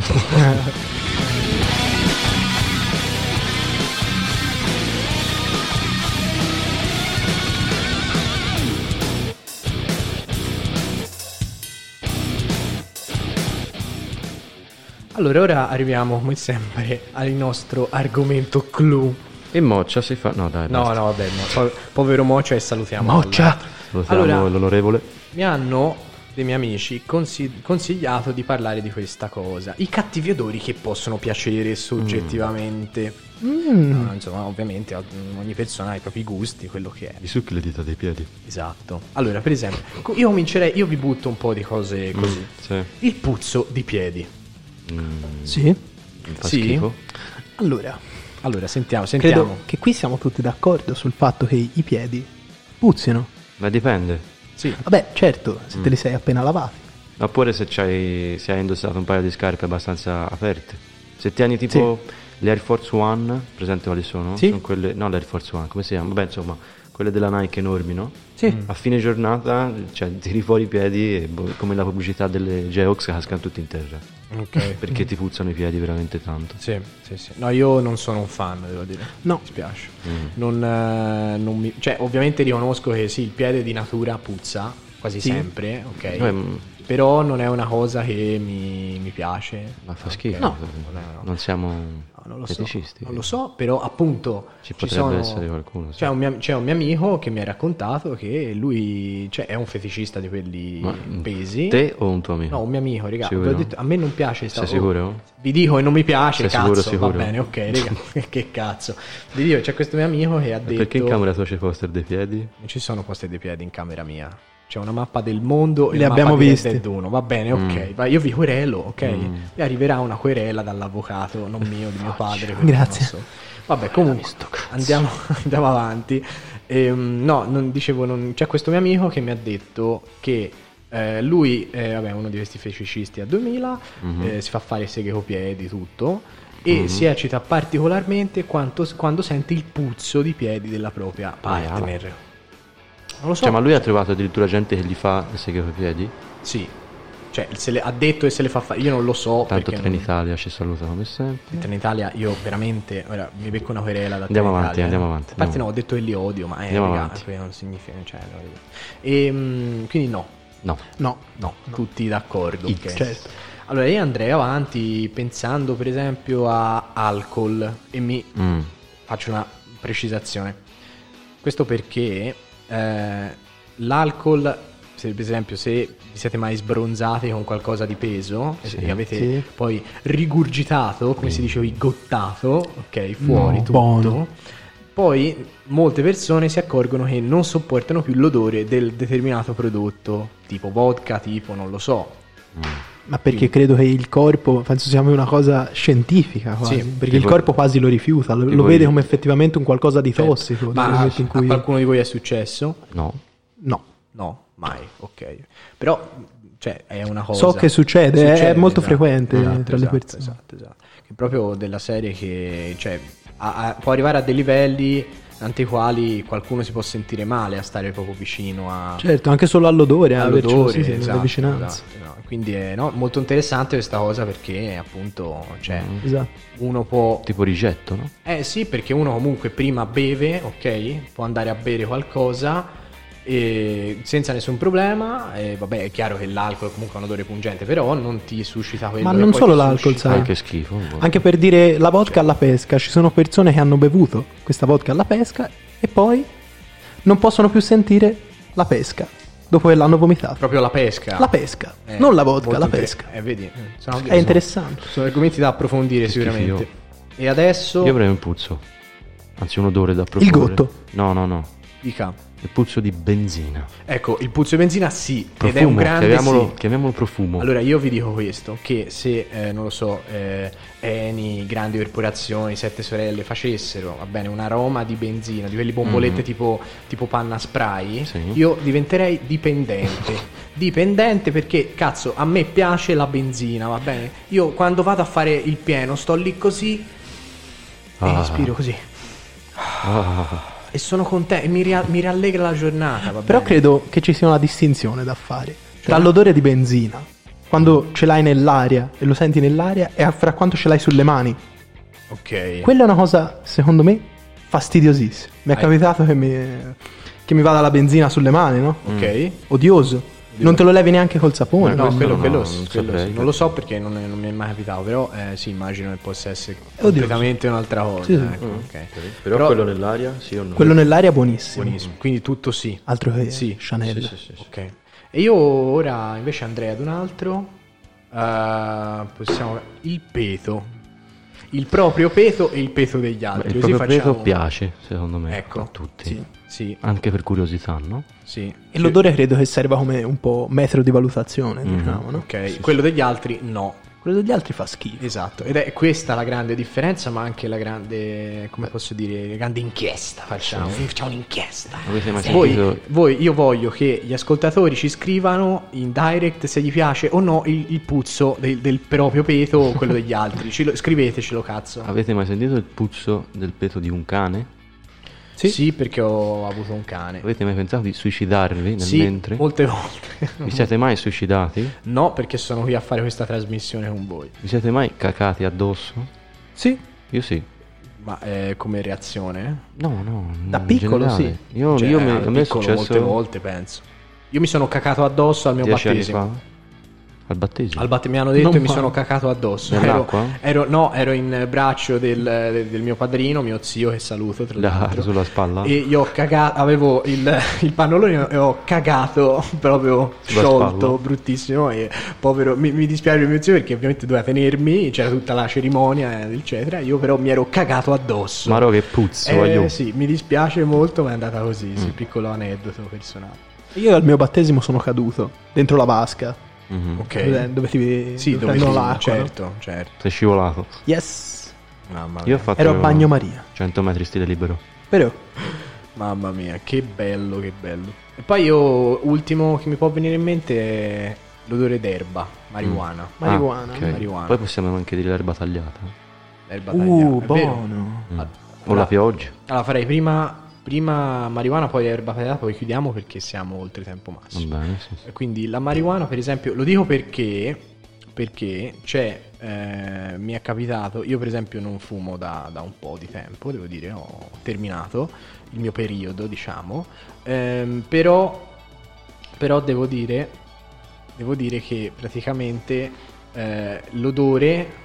Allora, ora arriviamo come sempre al nostro argomento clou. E Moccia si fa... No, dai, no, vabbè, povero Moccia, e salutiamo. Moccia! Salutiamo l'onorevole. Mi hanno dei miei amici consigliato di parlare di questa cosa. I cattivi odori che possono piacere soggettivamente. No, insomma, ovviamente ogni persona ha i propri gusti, quello che è. Di succhi le dita dei piedi. Esatto. Allora, per esempio, io vi butto un po' di cose così. Sì. Il puzzo di piedi. Sì? Fa schifo. Allora, sentiamo. Credo che qui siamo tutti d'accordo sul fatto che i piedi puzzino. Ma dipende. Sì. Vabbè, certo, se te li sei appena lavati. Oppure se hai indossato un paio di scarpe abbastanza aperte. Se tieni tipo le Air Force One, presente quali sono? Sì. Sono quelle, no, le Air Force One, come si chiama? Vabbè, insomma, quelle della Nike enormi, no? Sì. A fine giornata, cioè, tiri fuori i piedi e come la pubblicità delle Geox che cascano tutti in terra. Ok. Perché ti puzzano i piedi veramente tanto. Sì. No, io non sono un fan, devo dire. No. Mi spiace. Non mi... Cioè, ovviamente riconosco che sì, il piede di natura puzza, quasi sempre, ok? Però non è una cosa che mi piace. Ma fa schifo. No. Non siamo feticisti. Non lo so, però appunto ci potrebbe essere qualcuno. Sì. C'è un mio amico che mi ha raccontato che lui è un feticista di quelli pesi. Te o un tuo amico? No, un mio amico, raga. Ho detto, a me non piace. Sei sicuro? Vi dico che non mi piace, sei cazzo. Sicuro? Va bene, ok, raga. Che cazzo. Vi dico, c'è questo mio amico che ha detto... Perché in camera tua c'è poster dei piedi? Non ci sono poster dei piedi in camera mia. C'è una mappa del mondo e li abbiamo visti. Dead 1. Va bene, ok. Ma io vi querelo, ok? Mi arriverà una querela dall'avvocato, non mio, di mio padre. Grazie. Vabbè, comunque andiamo avanti. C'è questo mio amico che mi ha detto che Lui è uno di questi feticisti a 2000, si fa fare seghe coi piedi, tutto, e si eccita particolarmente quando sente il puzzo di piedi della propria partner. Non lo so. Cioè, ma lui ha trovato addirittura gente che gli fa le seghe coi piedi? Sì. Cioè, ha detto e se le fa fare. Io non lo so. Tanto Trenitalia ci saluta come sempre. Trenitalia, io veramente. Ora mi becco una querela da Andiamo Trenitalia. Andiamo avanti. A parte no, ho detto che li odio, ma non significa. Cioè, quindi no, tutti d'accordo. Okay. Certo. Allora io andrei avanti pensando per esempio a alcol e mi faccio una precisazione. Questo perché l'alcol, per esempio, se vi siete mai sbronzati con qualcosa di peso e avete poi rigurgitato, come si dice, gottato, ok, fuori tutto, buono. Poi molte persone si accorgono che non sopportano più l'odore del determinato prodotto, tipo vodka, tipo non lo so. Ma perché credo che il corpo, penso sia una cosa scientifica quasi, perché il corpo quasi lo rifiuta, lo vede come effettivamente un qualcosa di tossico. Ma a qualcuno di voi è successo? No, mai, ok. Però, cioè, è una cosa... So che succede, è molto frequente tra le persone. Esatto. Che proprio della serie che, cioè, può arrivare a dei livelli ante i quali qualcuno si può sentire male a stare proprio vicino a... Certo, anche solo all'odore, esatto, la vicinanza. Esatto, no. Quindi è molto interessante questa cosa perché appunto, cioè, uno può... Tipo rigetto, no? Sì, perché uno comunque prima beve, ok? Può andare a bere qualcosa e senza nessun problema, e vabbè, è chiaro che l'alcol comunque ha un odore pungente, però non ti suscita quello. Ma non solo l'alcol, sai, anche schifo. Anche per dire la vodka alla pesca, ci sono persone che hanno bevuto questa vodka alla pesca e poi non possono più sentire la pesca dopo che l'hanno vomitato. Proprio la pesca, non la vodka, la pesca. Vedi, è interessante. Sono argomenti da approfondire sicuramente. E adesso io avrei un puzzo, anzi un odore da approfondire. Il gotto? No. Dica. Il puzzo di benzina. Ecco, il puzzo di benzina sì, profumo, ed è un grande chiamiamolo profumo. Allora io vi dico questo, che se, non lo so, Eni, grandi corporazioni, Sette Sorelle facessero, va bene, un aroma di benzina, di quelle bombolette tipo panna spray, io diventerei dipendente perché, cazzo, a me piace la benzina, va bene? Io quando vado a fare il pieno sto lì così e respiro così. E sono contento, mi rallegra la giornata. Però credo che ci sia una distinzione da fare tra l'odore di benzina, quando ce l'hai nell'aria e lo senti nell'aria, e fra quanto ce l'hai sulle mani. Ok. Quella è una cosa, secondo me, fastidiosissima. Mi è capitato che mi vada la benzina sulle mani, no? Ok. Odioso. Non te lo levi neanche col sapone. No, quello sì. Non lo so perché non mi è mai capitato. Però sì, immagino che possa essere completamente un'altra cosa. Sì. Ecco, okay. Però quello nell'aria, sì o no? Quello nell'aria buonissimo. Quindi tutto sì. Altro che sì. Chanel. Sì. Ok. E io ora invece andrei ad un altro. Il peto. Il proprio peto e il peto degli altri. Il proprio peto piace, secondo me, ecco, a tutti. Sì. Anche per curiosità, no? Sì. E l'odore credo che serva come un po' metro di valutazione, diciamo, no? Ok, quello degli altri no. Quello degli altri fa schifo. Esatto, ed è questa la grande differenza, ma anche la grande, come posso dire, la grande inchiesta facciamo. Facciamo un'inchiesta. Avete mai sentito? Io voglio che gli ascoltatori ci scrivano in direct se gli piace o no il puzzo del proprio peto o quello degli altri. Scrivetecelo, cazzo. Avete mai sentito il puzzo del peto di un cane? Sì, perché ho avuto un cane. Avete mai pensato di suicidarvi nel sì, mentre? Molte volte. Vi siete mai suicidati? No, perché sono qui a fare questa trasmissione con voi. Vi siete mai cacati addosso? Sì. Io sì. Ma come reazione? No. Da piccolo generale. sì. A me è successo molte volte, penso. Io mi sono cacato addosso al mio 10 battesimo. anni fa? Al battesimo? Mi hanno detto e mi sono cacato addosso. Nell'acqua? Ero in braccio del mio padrino, mio zio, che saluto tra l'altro. Sulla spalla? E io ho cagato, avevo il pannolone e ho cagato proprio sciolto, bruttissimo. E povero, mi dispiace mio zio perché ovviamente doveva tenermi, c'era tutta la cerimonia, eccetera. Io però mi ero cagato addosso. Maro che puzzo, sì, mi dispiace molto, ma è andata così, sì, piccolo aneddoto personale. Io al mio battesimo sono caduto dentro la vasca. Ok. Dove ti prendono l'acqua, certo, no? Sei scivolato. Yes. Mamma mia. Io ho fatto ero a Bagnomaria. 100 metri stile libero. Però Mamma mia, che bello, che bello. E poi io, ultimo che mi può venire in mente è l'odore d'erba, marijuana. Marijuana. Ok. Marijuana. Poi possiamo anche dire l'erba tagliata. L'erba tagliata, è vero? Buono. O la pioggia. Allora farei prima marijuana, poi erba tagliata, poi chiudiamo perché siamo oltre tempo Va massimo. bene, sì. Quindi la marijuana, per esempio, lo dico perché c'è, mi è capitato, io per esempio non fumo da un po' di tempo, devo dire, ho terminato il mio periodo, diciamo, però devo dire che praticamente l'odore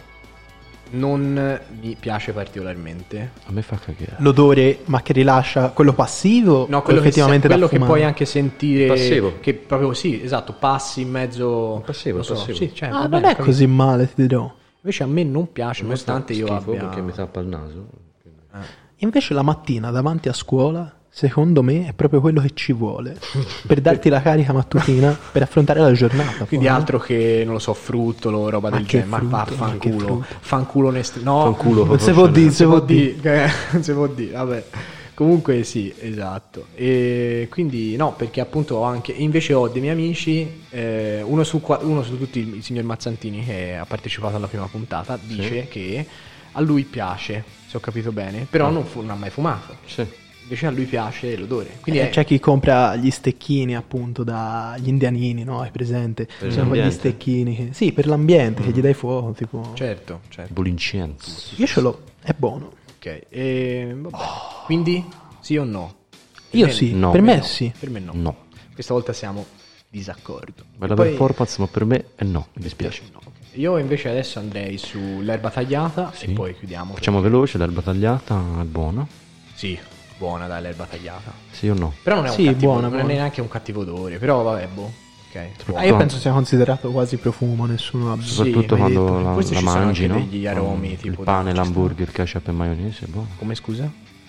non mi piace particolarmente. A me fa cagare. L'odore, ma che rilascia quello passivo? No, o quello effettivamente quello da che fumare? puoi anche sentire, Passivo. che proprio sì, esatto, passi in mezzo. Passivo, lo so, passivo. sì, cioè, Ah, va non bene, è capito. così male, ti dirò. Invece a me non piace, A me fa nonostante io schifo abbia. perché mi tappa il naso. Invece la mattina davanti a scuola, secondo me, è proprio quello che ci vuole per darti la carica mattutina per affrontare la giornata. Quindi poi. altro che, non lo so, fruttolo, roba Ma del che genere. Ma frutto, vaffanculo. ma che Fanculo no. Fanculo, Non si può dire, si può dire. Non si può dire, vabbè. Comunque sì, esatto. E quindi no, perché appunto ho anche. Invece ho dei miei amici, uno su tutti, il signor Mazzantini, che ha partecipato alla prima puntata, dice che a lui piace, se ho capito bene, però non ha mai fumato. Sì. Invece a lui piace l'odore. Quindi C'è chi compra gli stecchini appunto dagli indianini, no? Hai presente? Per Sono quegli l'ambiente? stecchini sì, per l'ambiente, che gli dai fuoco, tipo. certo. Bulincenso. Io ce l'ho, è buono. Ok, vabbè. Quindi sì o no? Io me sì, no. per me no. sì. Per me no. No. Questa volta siamo disaccordo. Bella Poi- performance, ma per me è no. Mi dispiace. No, ok. Io invece adesso andrei sull'erba tagliata e poi chiudiamo. Facciamo veloce, l'erba tagliata è buona. Sì, buona dai l'erba tagliata. Sì o no? Però non è un Sì, cattivo, buona, non buona. è neanche un cattivo odore, però vabbè, boh. Ok. Io penso sia considerato quasi profumo, nessuno abbia. Soprattutto hai quando detto. la Forse ci sono mangi, anche no? degli aromi, Con tipo il pane, ci l'hamburger, ketchup e maionese, è buono. Come scusa?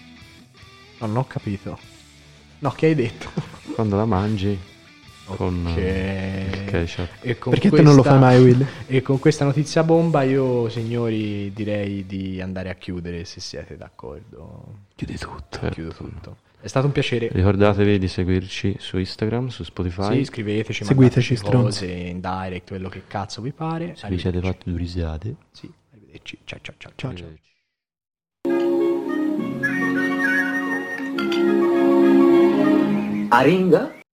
No, non ho capito. No, che hai detto? Quando la mangi con Ok. il ketchup. E con Perché te non lo fai mai, Will? E con questa notizia bomba io, signori, direi di andare a chiudere, se siete d'accordo. Chiudi tutto. Chiudo tutto. È stato un piacere. Ricordatevi di seguirci su Instagram, su Spotify. Sì, iscriveteci, Seguiteci, mandateci cose stronzi. in direct, quello che cazzo vi pare. Se vi siete fatti due risate. Sì, arrivederci. Ciao. Ciao, ciao. Aringa